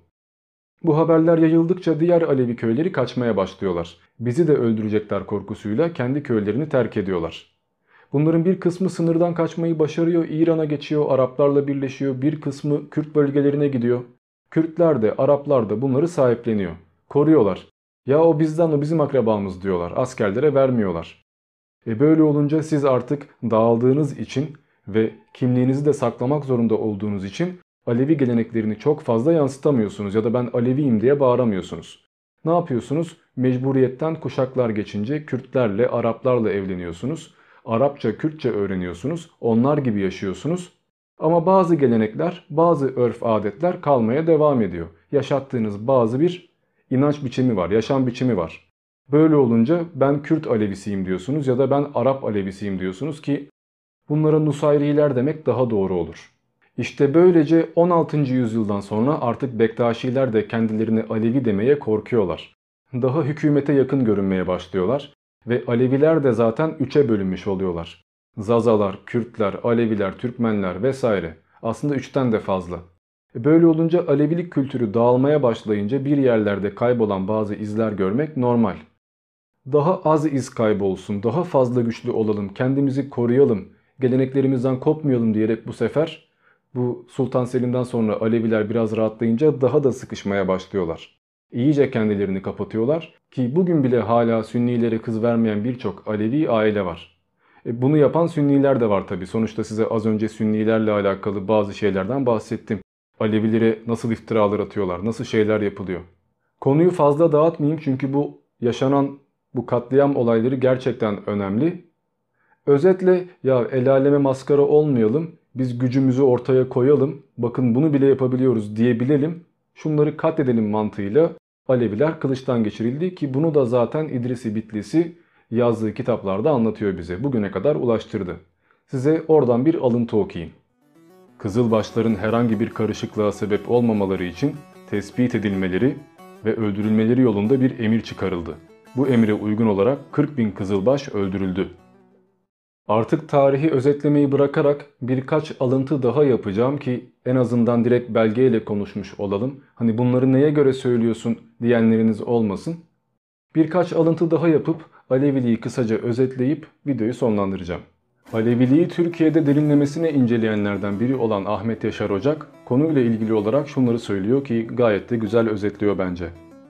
Bu haberler yayıldıkça diğer Alevi köyleri kaçmaya başlıyorlar. Bizi de öldürecekler korkusuyla kendi köylerini terk ediyorlar. Bunların bir kısmı sınırdan kaçmayı başarıyor, İran'a geçiyor, Araplarla birleşiyor. Bir kısmı Kürt bölgelerine gidiyor. Kürtler de Araplar da bunları sahipleniyor. Koruyorlar. Ya o bizden, o bizim akrabamız diyorlar. Askerlere vermiyorlar. Böyle olunca siz artık dağıldığınız için ve kimliğinizi de saklamak zorunda olduğunuz için Alevi geleneklerini çok fazla yansıtamıyorsunuz ya da ben Aleviyim diye bağıramıyorsunuz. Ne yapıyorsunuz? Mecburiyetten kuşaklar geçince Kürtlerle, Araplarla evleniyorsunuz. Arapça, Kürtçe öğreniyorsunuz. Onlar gibi yaşıyorsunuz. Ama bazı gelenekler, bazı örf adetler kalmaya devam ediyor. Yaşattığınız bazı bir inanç biçimi var, yaşam biçimi var. Böyle olunca ben Kürt Alevisiyim diyorsunuz ya da ben Arap Alevisiyim diyorsunuz ki bunlara Nusayriler demek daha doğru olur. İşte böylece 16. yüzyıldan sonra artık Bektaşiler de kendilerini Alevi demeye korkuyorlar. Daha hükümete yakın görünmeye başlıyorlar ve Aleviler de zaten üçe bölünmüş oluyorlar. Zazalar, Kürtler, Aleviler, Türkmenler vesaire. Aslında üçten de fazla. Böyle olunca Alevilik kültürü dağılmaya başlayınca bir yerlerde kaybolan bazı izler görmek normal. Daha az iz kaybolsun, daha fazla güçlü olalım, kendimizi koruyalım, geleneklerimizden kopmayalım diyerek bu sefer bu Sultan Selim'den sonra Aleviler biraz rahatlayınca daha da sıkışmaya başlıyorlar. İyice kendilerini kapatıyorlar ki bugün bile hala Sünnilere kız vermeyen birçok Alevi aile var. Bunu yapan Sünniler de var tabi. Sonuçta size az önce Sünnilerle alakalı bazı şeylerden bahsettim. Alevilere nasıl iftiralar atıyorlar, nasıl şeyler yapılıyor. Konuyu fazla dağıtmayayım çünkü bu yaşanan bu katliam olayları gerçekten önemli. Özetle ya el aleme maskara olmayalım, biz gücümüzü ortaya koyalım, bakın bunu bile yapabiliyoruz diyebilelim, şunları katledelim mantığıyla Aleviler kılıçtan geçirildi ki bunu da zaten İdris-i Bitlisi yazdığı kitaplarda anlatıyor bize. Bugüne kadar ulaştırdı. Size oradan bir alıntı okuyayım. Kızılbaşların herhangi bir karışıklığa sebep olmamaları için tespit edilmeleri ve öldürülmeleri yolunda bir emir çıkarıldı. Bu emire uygun olarak 40 bin Kızılbaş öldürüldü. Artık tarihi özetlemeyi bırakarak birkaç alıntı daha yapacağım ki en azından direkt belgeyle konuşmuş olalım. Hani bunları neye göre söylüyorsun diyenleriniz olmasın. Birkaç alıntı daha yapıp Aleviliği kısaca özetleyip videoyu sonlandıracağım. Aleviliği Türkiye'de derinlemesine inceleyenlerden biri olan Ahmet Yaşar Ocak konuyla ilgili olarak şunları söylüyor ki gayet de güzel özetliyor bence.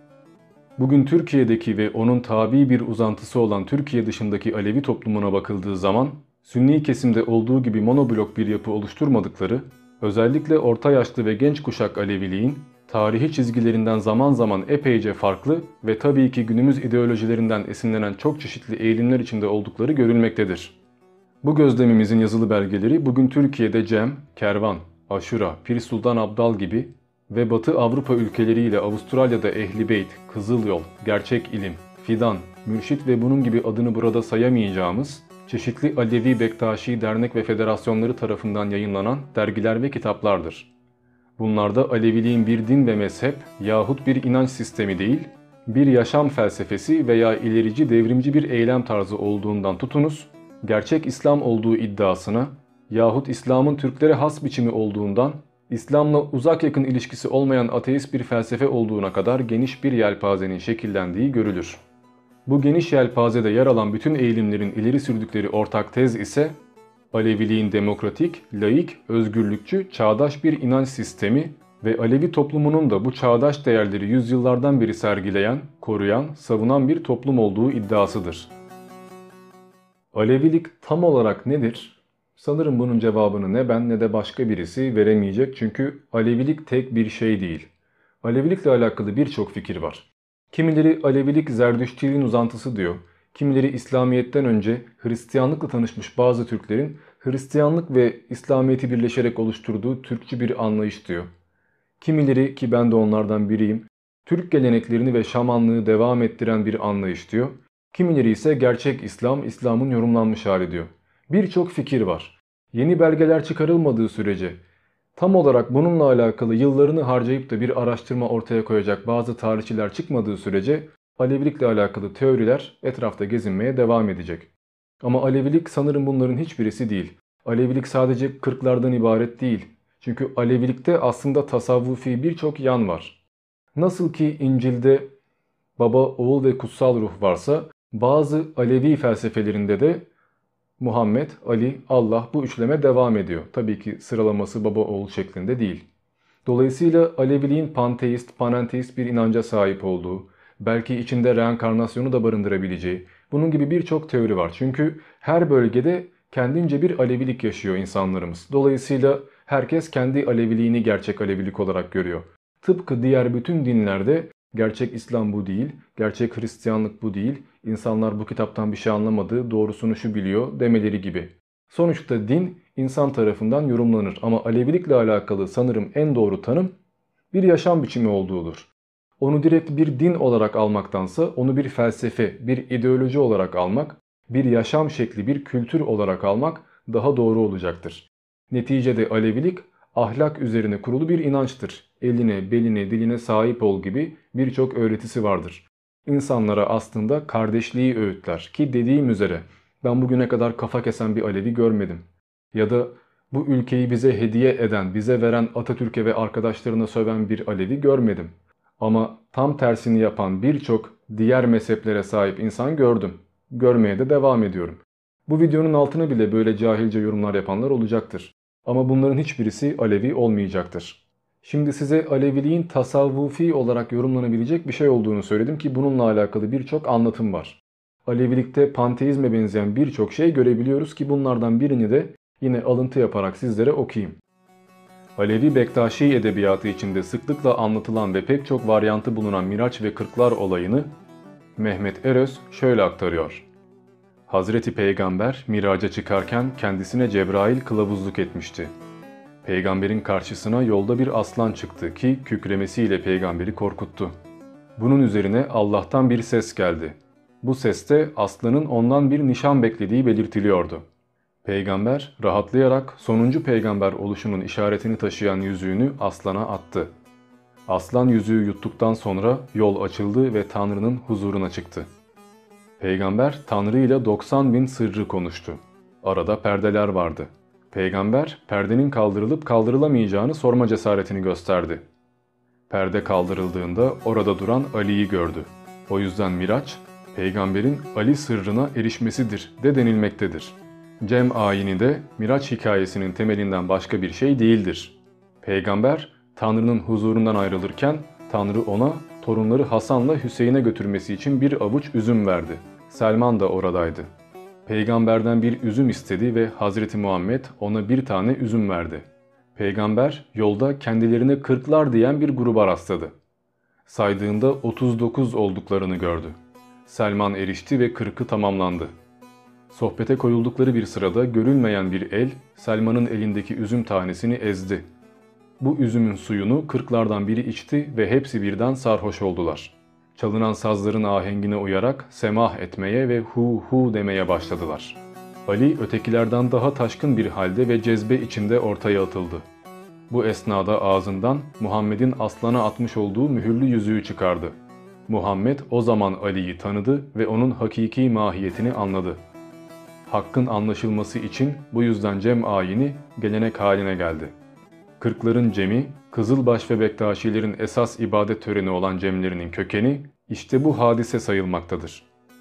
Bugün Türkiye'deki ve onun tabi bir uzantısı olan Türkiye dışındaki Alevi toplumuna bakıldığı zaman Sünni kesimde olduğu gibi monoblok bir yapı oluşturmadıkları, özellikle orta yaşlı ve genç kuşak Aleviliğin tarihi çizgilerinden zaman zaman epeyce farklı ve tabii ki günümüz ideolojilerinden esinlenen çok çeşitli eğilimler içinde oldukları görülmektedir. Bu gözlemimizin yazılı belgeleri bugün Türkiye'de Cem, Kervan, Aşura, Pir Sultan Abdal gibi ve Batı Avrupa ülkeleriyle Avustralya'da Ehli Beyt, Kızıl Yol, Gerçek İlim, Fidan, Mürşit ve bunun gibi adını burada sayamayacağımız çeşitli Alevi Bektaşi dernek ve federasyonları tarafından yayınlanan dergiler ve kitaplardır. Bunlarda Aleviliğin bir din ve mezhep yahut bir inanç sistemi değil, bir yaşam felsefesi veya ilerici devrimci bir eylem tarzı olduğundan tutunuz, gerçek İslam olduğu iddiasına, yahut İslam'ın Türklere has biçimi olduğundan, İslam'la uzak yakın ilişkisi olmayan ateist bir felsefe olduğuna kadar geniş bir yelpazenin şekillendiği görülür. Bu geniş yelpazede yer alan bütün eğilimlerin ileri sürdükleri ortak tez ise Aleviliğin demokratik, laik, özgürlükçü, çağdaş bir inanç sistemi ve Alevi toplumunun da bu çağdaş değerleri yüzyıllardan beri sergileyen, koruyan, savunan bir toplum olduğu iddiasıdır. Alevilik tam olarak nedir? Sanırım bunun cevabını ne ben ne de başka birisi veremeyecek çünkü Alevilik tek bir şey değil. Alevilikle alakalı birçok fikir var. Kimileri Alevilik Zerdüştiliğin uzantısı diyor. Kimileri İslamiyet'ten önce Hristiyanlıkla tanışmış bazı Türklerin Hristiyanlık ve İslamiyet'i birleşerek oluşturduğu Türkçü bir anlayış diyor. Kimileri ki ben de onlardan biriyim, Türk geleneklerini ve şamanlığı devam ettiren bir anlayış diyor. Kimileri ise gerçek İslam, İslam'ın yorumlanmış hali diyor. Birçok fikir var. Yeni belgeler çıkarılmadığı sürece, tam olarak bununla alakalı yıllarını harcayıp da bir araştırma ortaya koyacak bazı tarihçiler çıkmadığı sürece Alevilikle alakalı teoriler etrafta gezinmeye devam edecek. Ama Alevilik sanırım bunların hiçbirisi değil. Alevilik sadece kırklardan ibaret değil. Çünkü Alevilikte aslında tasavvufi birçok yan var. Nasıl ki İncil'de Baba, Oğul ve Kutsal Ruh varsa bazı Alevi felsefelerinde de Muhammed, Ali, Allah bu üçleme devam ediyor. Tabii ki sıralaması baba oğul şeklinde değil. Dolayısıyla Aleviliğin panteist, panenteist bir inanca sahip olduğu, belki içinde reenkarnasyonu da barındırabileceği, bunun gibi birçok teori var. Çünkü her bölgede kendince bir Alevilik yaşıyor insanlarımız. Dolayısıyla herkes kendi Aleviliğini gerçek Alevilik olarak görüyor. Tıpkı diğer bütün dinlerde gerçek İslam bu değil, gerçek Hristiyanlık bu değil, insanlar bu kitaptan bir şey anlamadı, doğrusunu şu biliyor demeleri gibi. Sonuçta din insan tarafından yorumlanır ama Alevilikle alakalı sanırım en doğru tanım bir yaşam biçimi olduğudur. Onu direkt bir din olarak almaktansa onu bir felsefe, bir ideoloji olarak almak, bir yaşam şekli, bir kültür olarak almak daha doğru olacaktır. Neticede Alevilik ahlak üzerine kurulu bir inançtır. Eline, beline, diline sahip ol gibi birçok öğretisi vardır. İnsanlara aslında kardeşliği öğütler ki dediğim üzere ben bugüne kadar kafa kesen bir Alevi görmedim. Ya da bu ülkeyi bize hediye eden, bize veren Atatürk'e ve arkadaşlarına söven bir Alevi görmedim. Ama tam tersini yapan birçok diğer mezheplere sahip insan gördüm. Görmeye de devam ediyorum. Bu videonun altına bile böyle cahilce yorumlar yapanlar olacaktır. Ama bunların hiçbirisi Alevi olmayacaktır. Şimdi size Aleviliğin tasavvufi olarak yorumlanabilecek bir şey olduğunu söyledim ki bununla alakalı birçok anlatım var. Alevilikte panteizme benzeyen birçok şey görebiliyoruz ki bunlardan birini de yine alıntı yaparak sizlere okuyayım. Alevi Bektaşi edebiyatı içinde sıklıkla anlatılan ve pek çok varyantı bulunan Miraç ve Kırklar olayını Mehmet Eröz şöyle aktarıyor. Hazreti Peygamber miraca çıkarken kendisine Cebrail kılavuzluk etmişti. Peygamberin karşısına yolda bir aslan çıktı ki kükremesiyle peygamberi korkuttu. Bunun üzerine Allah'tan bir ses geldi. Bu seste aslanın ondan bir nişan beklediği belirtiliyordu. Peygamber rahatlayarak sonuncu peygamber oluşunun işaretini taşıyan yüzüğünü aslana attı. Aslan yüzüğü yuttuktan sonra yol açıldı ve Tanrı'nın huzuruna çıktı. Peygamber Tanrı ile 90.000 sırrı konuştu. Arada perdeler vardı. Peygamber perdenin kaldırılıp kaldırılamayacağını sorma cesaretini gösterdi. Perde kaldırıldığında orada duran Ali'yi gördü. O yüzden Miraç, peygamberin Ali sırrına erişmesidir de denilmektedir. Cem ayini de Miraç hikayesinin temelinden başka bir şey değildir. Peygamber Tanrı'nın huzurundan ayrılırken Tanrı ona torunları Hasan'la Hüseyin'e götürmesi için bir avuç üzüm verdi. Selman da oradaydı. Peygamberden bir üzüm istedi ve Hazreti Muhammed ona bir tane üzüm verdi. Peygamber yolda kendilerine kırklar diyen bir gruba rastladı. Saydığında 39 olduklarını gördü. Selman erişti ve 40'ı tamamlandı. Sohbete koyuldukları bir sırada görülmeyen bir el Selman'ın elindeki üzüm tanesini ezdi. Bu üzümün suyunu kırklardan biri içti ve hepsi birden sarhoş oldular. Çalınan sazların ahengine uyarak semah etmeye ve hu hu demeye başladılar. Ali ötekilerden daha taşkın bir halde ve cezbe içinde ortaya atıldı. Bu esnada ağzından Muhammed'in aslana atmış olduğu mühürlü yüzüğü çıkardı. Muhammed o zaman Ali'yi tanıdı ve onun hakiki mahiyetini anladı. Hakkın anlaşılması için bu yüzden cem ayini gelenek haline geldi. Kırkların cemi, Kızılbaş ve Bektaşilerin esas ibadet töreni olan cemlerinin kökeni işte bu hadise sayılmaktadır.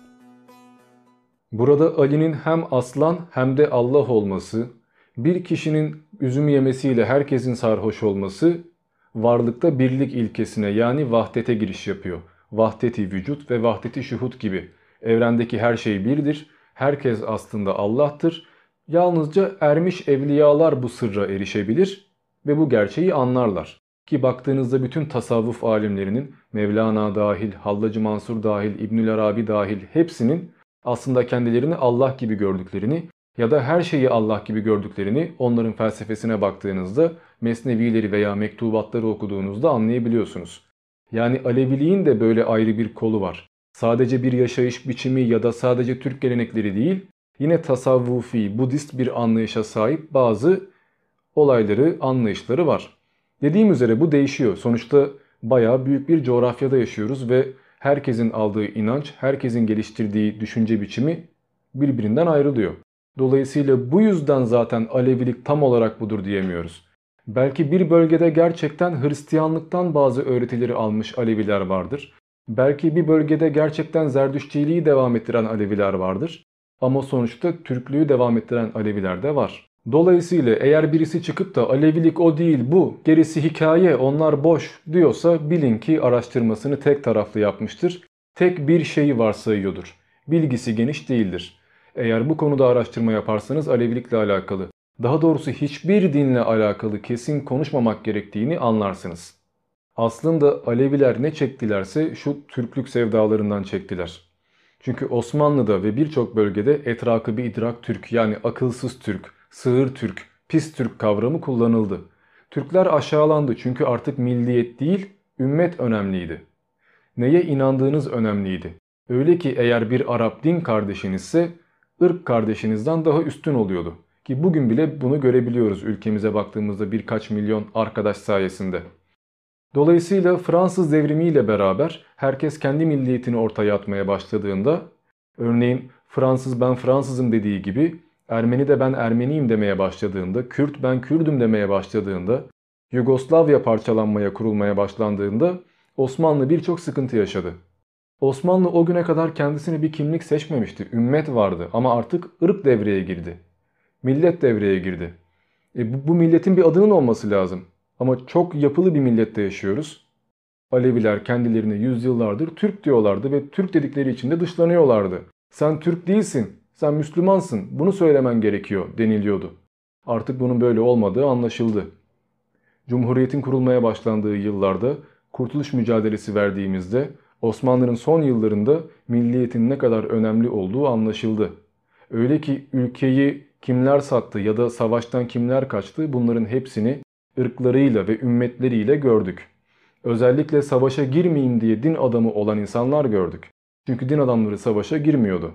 Burada Ali'nin hem aslan hem de Allah olması, bir kişinin üzüm yemesiyle herkesin sarhoş olması, varlıkta birlik ilkesine yani vahdete giriş yapıyor. Vahdeti vücut ve vahdeti şuhud gibi. Evrendeki her şey birdir, herkes aslında Allah'tır. Yalnızca ermiş evliyalar bu sırra erişebilir ve bu gerçeği anlarlar. Ki baktığınızda bütün tasavvuf alimlerinin, Mevlana dahil, Hallacı Mansur dahil, İbnül Arabi dahil hepsinin aslında kendilerini Allah gibi gördüklerini ya da her şeyi Allah gibi gördüklerini onların felsefesine baktığınızda, mesnevileri veya mektubatları okuduğunuzda anlayabiliyorsunuz. Yani Aleviliğin de böyle ayrı bir kolu var. Sadece bir yaşayış biçimi ya da sadece Türk gelenekleri değil, yine tasavvufi, Budist bir anlayışa sahip bazı olayları, anlayışları var. Dediğim üzere bu değişiyor. Sonuçta bayağı büyük bir coğrafyada yaşıyoruz ve herkesin aldığı inanç, herkesin geliştirdiği düşünce biçimi birbirinden ayrılıyor. Dolayısıyla bu yüzden zaten Alevilik tam olarak budur diyemiyoruz. Belki bir bölgede gerçekten Hristiyanlıktan bazı öğretileri almış Aleviler vardır. Belki bir bölgede gerçekten Zerdüştçiliği devam ettiren Aleviler vardır. Ama sonuçta Türklüğü devam ettiren Aleviler de var. Dolayısıyla eğer birisi çıkıp da Alevilik o değil bu, gerisi hikaye, onlar boş diyorsa bilin ki araştırmasını tek taraflı yapmıştır. Tek bir şeyi varsayıyordur. Bilgisi geniş değildir. Eğer bu konuda araştırma yaparsanız Alevilikle alakalı, daha doğrusu hiçbir dinle alakalı kesin konuşmamak gerektiğini anlarsınız. Aslında Aleviler ne çektilerse şu Türklük sevdalarından çektiler. Çünkü Osmanlı'da ve birçok bölgede etrakı bir idrak Türk yani akılsız Türk, sığır Türk, pis Türk kavramı kullanıldı. Türkler aşağılandı çünkü artık milliyet değil, ümmet önemliydi. Neye inandığınız önemliydi. Öyle ki eğer bir Arap din kardeşinizse ırk kardeşinizden daha üstün oluyordu. Ki bugün bile bunu görebiliyoruz ülkemize baktığımızda birkaç milyon arkadaş sayesinde. Dolayısıyla Fransız devrimiyle beraber herkes kendi milliyetini ortaya atmaya başladığında, örneğin Fransız ben Fransızım dediği gibi Ermeni de ben Ermeniyim demeye başladığında, Kürt ben Kürdüm demeye başladığında, Yugoslavya parçalanmaya kurulmaya başlandığında Osmanlı birçok sıkıntı yaşadı. Osmanlı o güne kadar kendisine bir kimlik seçmemişti, ümmet vardı ama artık ırk devreye girdi. Millet devreye girdi. Bu milletin bir adının olması lazım. Ama çok yapılı bir millette yaşıyoruz. Aleviler kendilerine yüzyıllardır Türk diyorlardı ve Türk dedikleri için de dışlanıyorlardı. Sen Türk değilsin, sen Müslümansın, bunu söylemen gerekiyor deniliyordu. Artık bunun böyle olmadığı anlaşıldı. Cumhuriyetin kurulmaya başlandığı yıllarda kurtuluş mücadelesi verdiğimizde Osmanlı'nın son yıllarında milliyetin ne kadar önemli olduğu anlaşıldı. Öyle ki ülkeyi kimler sattı ya da savaştan kimler kaçtı bunların hepsini ırklarıyla ve ümmetleriyle gördük. Özellikle savaşa girmeyeyim diye din adamı olan insanlar gördük. Çünkü din adamları savaşa girmiyordu.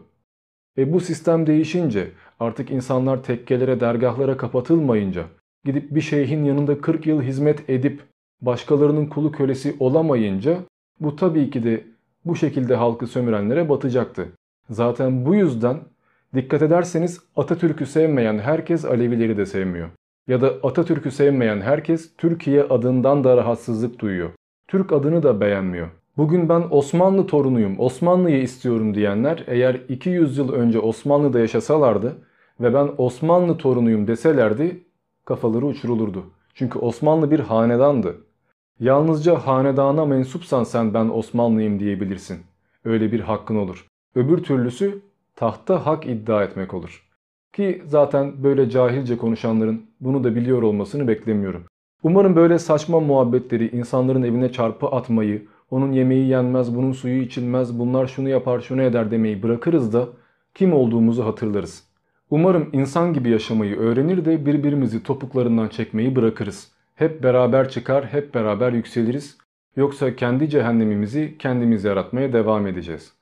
Bu sistem değişince artık insanlar tekkelere, dergahlara kapatılmayınca, gidip bir şeyhin yanında 40 yıl hizmet edip başkalarının kulu kölesi olamayınca bu tabii ki de bu şekilde halkı sömürenlere batacaktı. Zaten bu yüzden dikkat ederseniz Atatürk'ü sevmeyen herkes Alevileri de sevmiyor. Ya da Atatürk'ü sevmeyen herkes Türkiye adından da rahatsızlık duyuyor. Türk adını da beğenmiyor. Bugün ben Osmanlı torunuyum, Osmanlı'yı istiyorum diyenler eğer 200 yıl önce Osmanlı'da yaşasalardı ve ben Osmanlı torunuyum deselerdi kafaları uçurulurdu. Çünkü Osmanlı bir hanedandı. Yalnızca hanedana mensupsan sen ben Osmanlıyım diyebilirsin. Öyle bir hakkın olur. Öbür türlüsü tahta hak iddia etmek olur. Ki zaten böyle cahilce konuşanların bunu da biliyor olmasını beklemiyorum. Umarım böyle saçma muhabbetleri, insanların evine çarpı atmayı, onun yemeği yenmez, bunun suyu içilmez, bunlar şunu yapar, şunu eder demeyi bırakırız da kim olduğumuzu hatırlarız. Umarım insan gibi yaşamayı öğrenir de birbirimizi topuklarından çekmeyi bırakırız. Hep beraber çıkar, hep beraber yükseliriz. Yoksa kendi cehennemimizi kendimiz yaratmaya devam edeceğiz.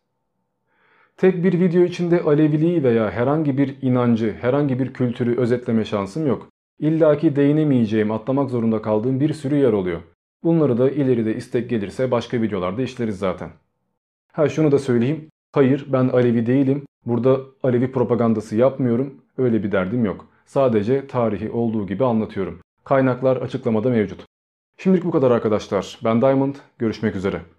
Tek bir video içinde Aleviliği veya herhangi bir inancı, herhangi bir kültürü özetleme şansım yok. İlla ki değinemeyeceğim, atlamak zorunda kaldığım bir sürü yer oluyor. Bunları da ileride istek gelirse başka videolarda işleriz zaten. Şunu da söyleyeyim. Hayır, ben Alevi değilim. Burada Alevi propagandası yapmıyorum. Öyle bir derdim yok. Sadece tarihi olduğu gibi anlatıyorum. Kaynaklar açıklamada mevcut. Şimdilik bu kadar arkadaşlar. Ben Diamond. Görüşmek üzere.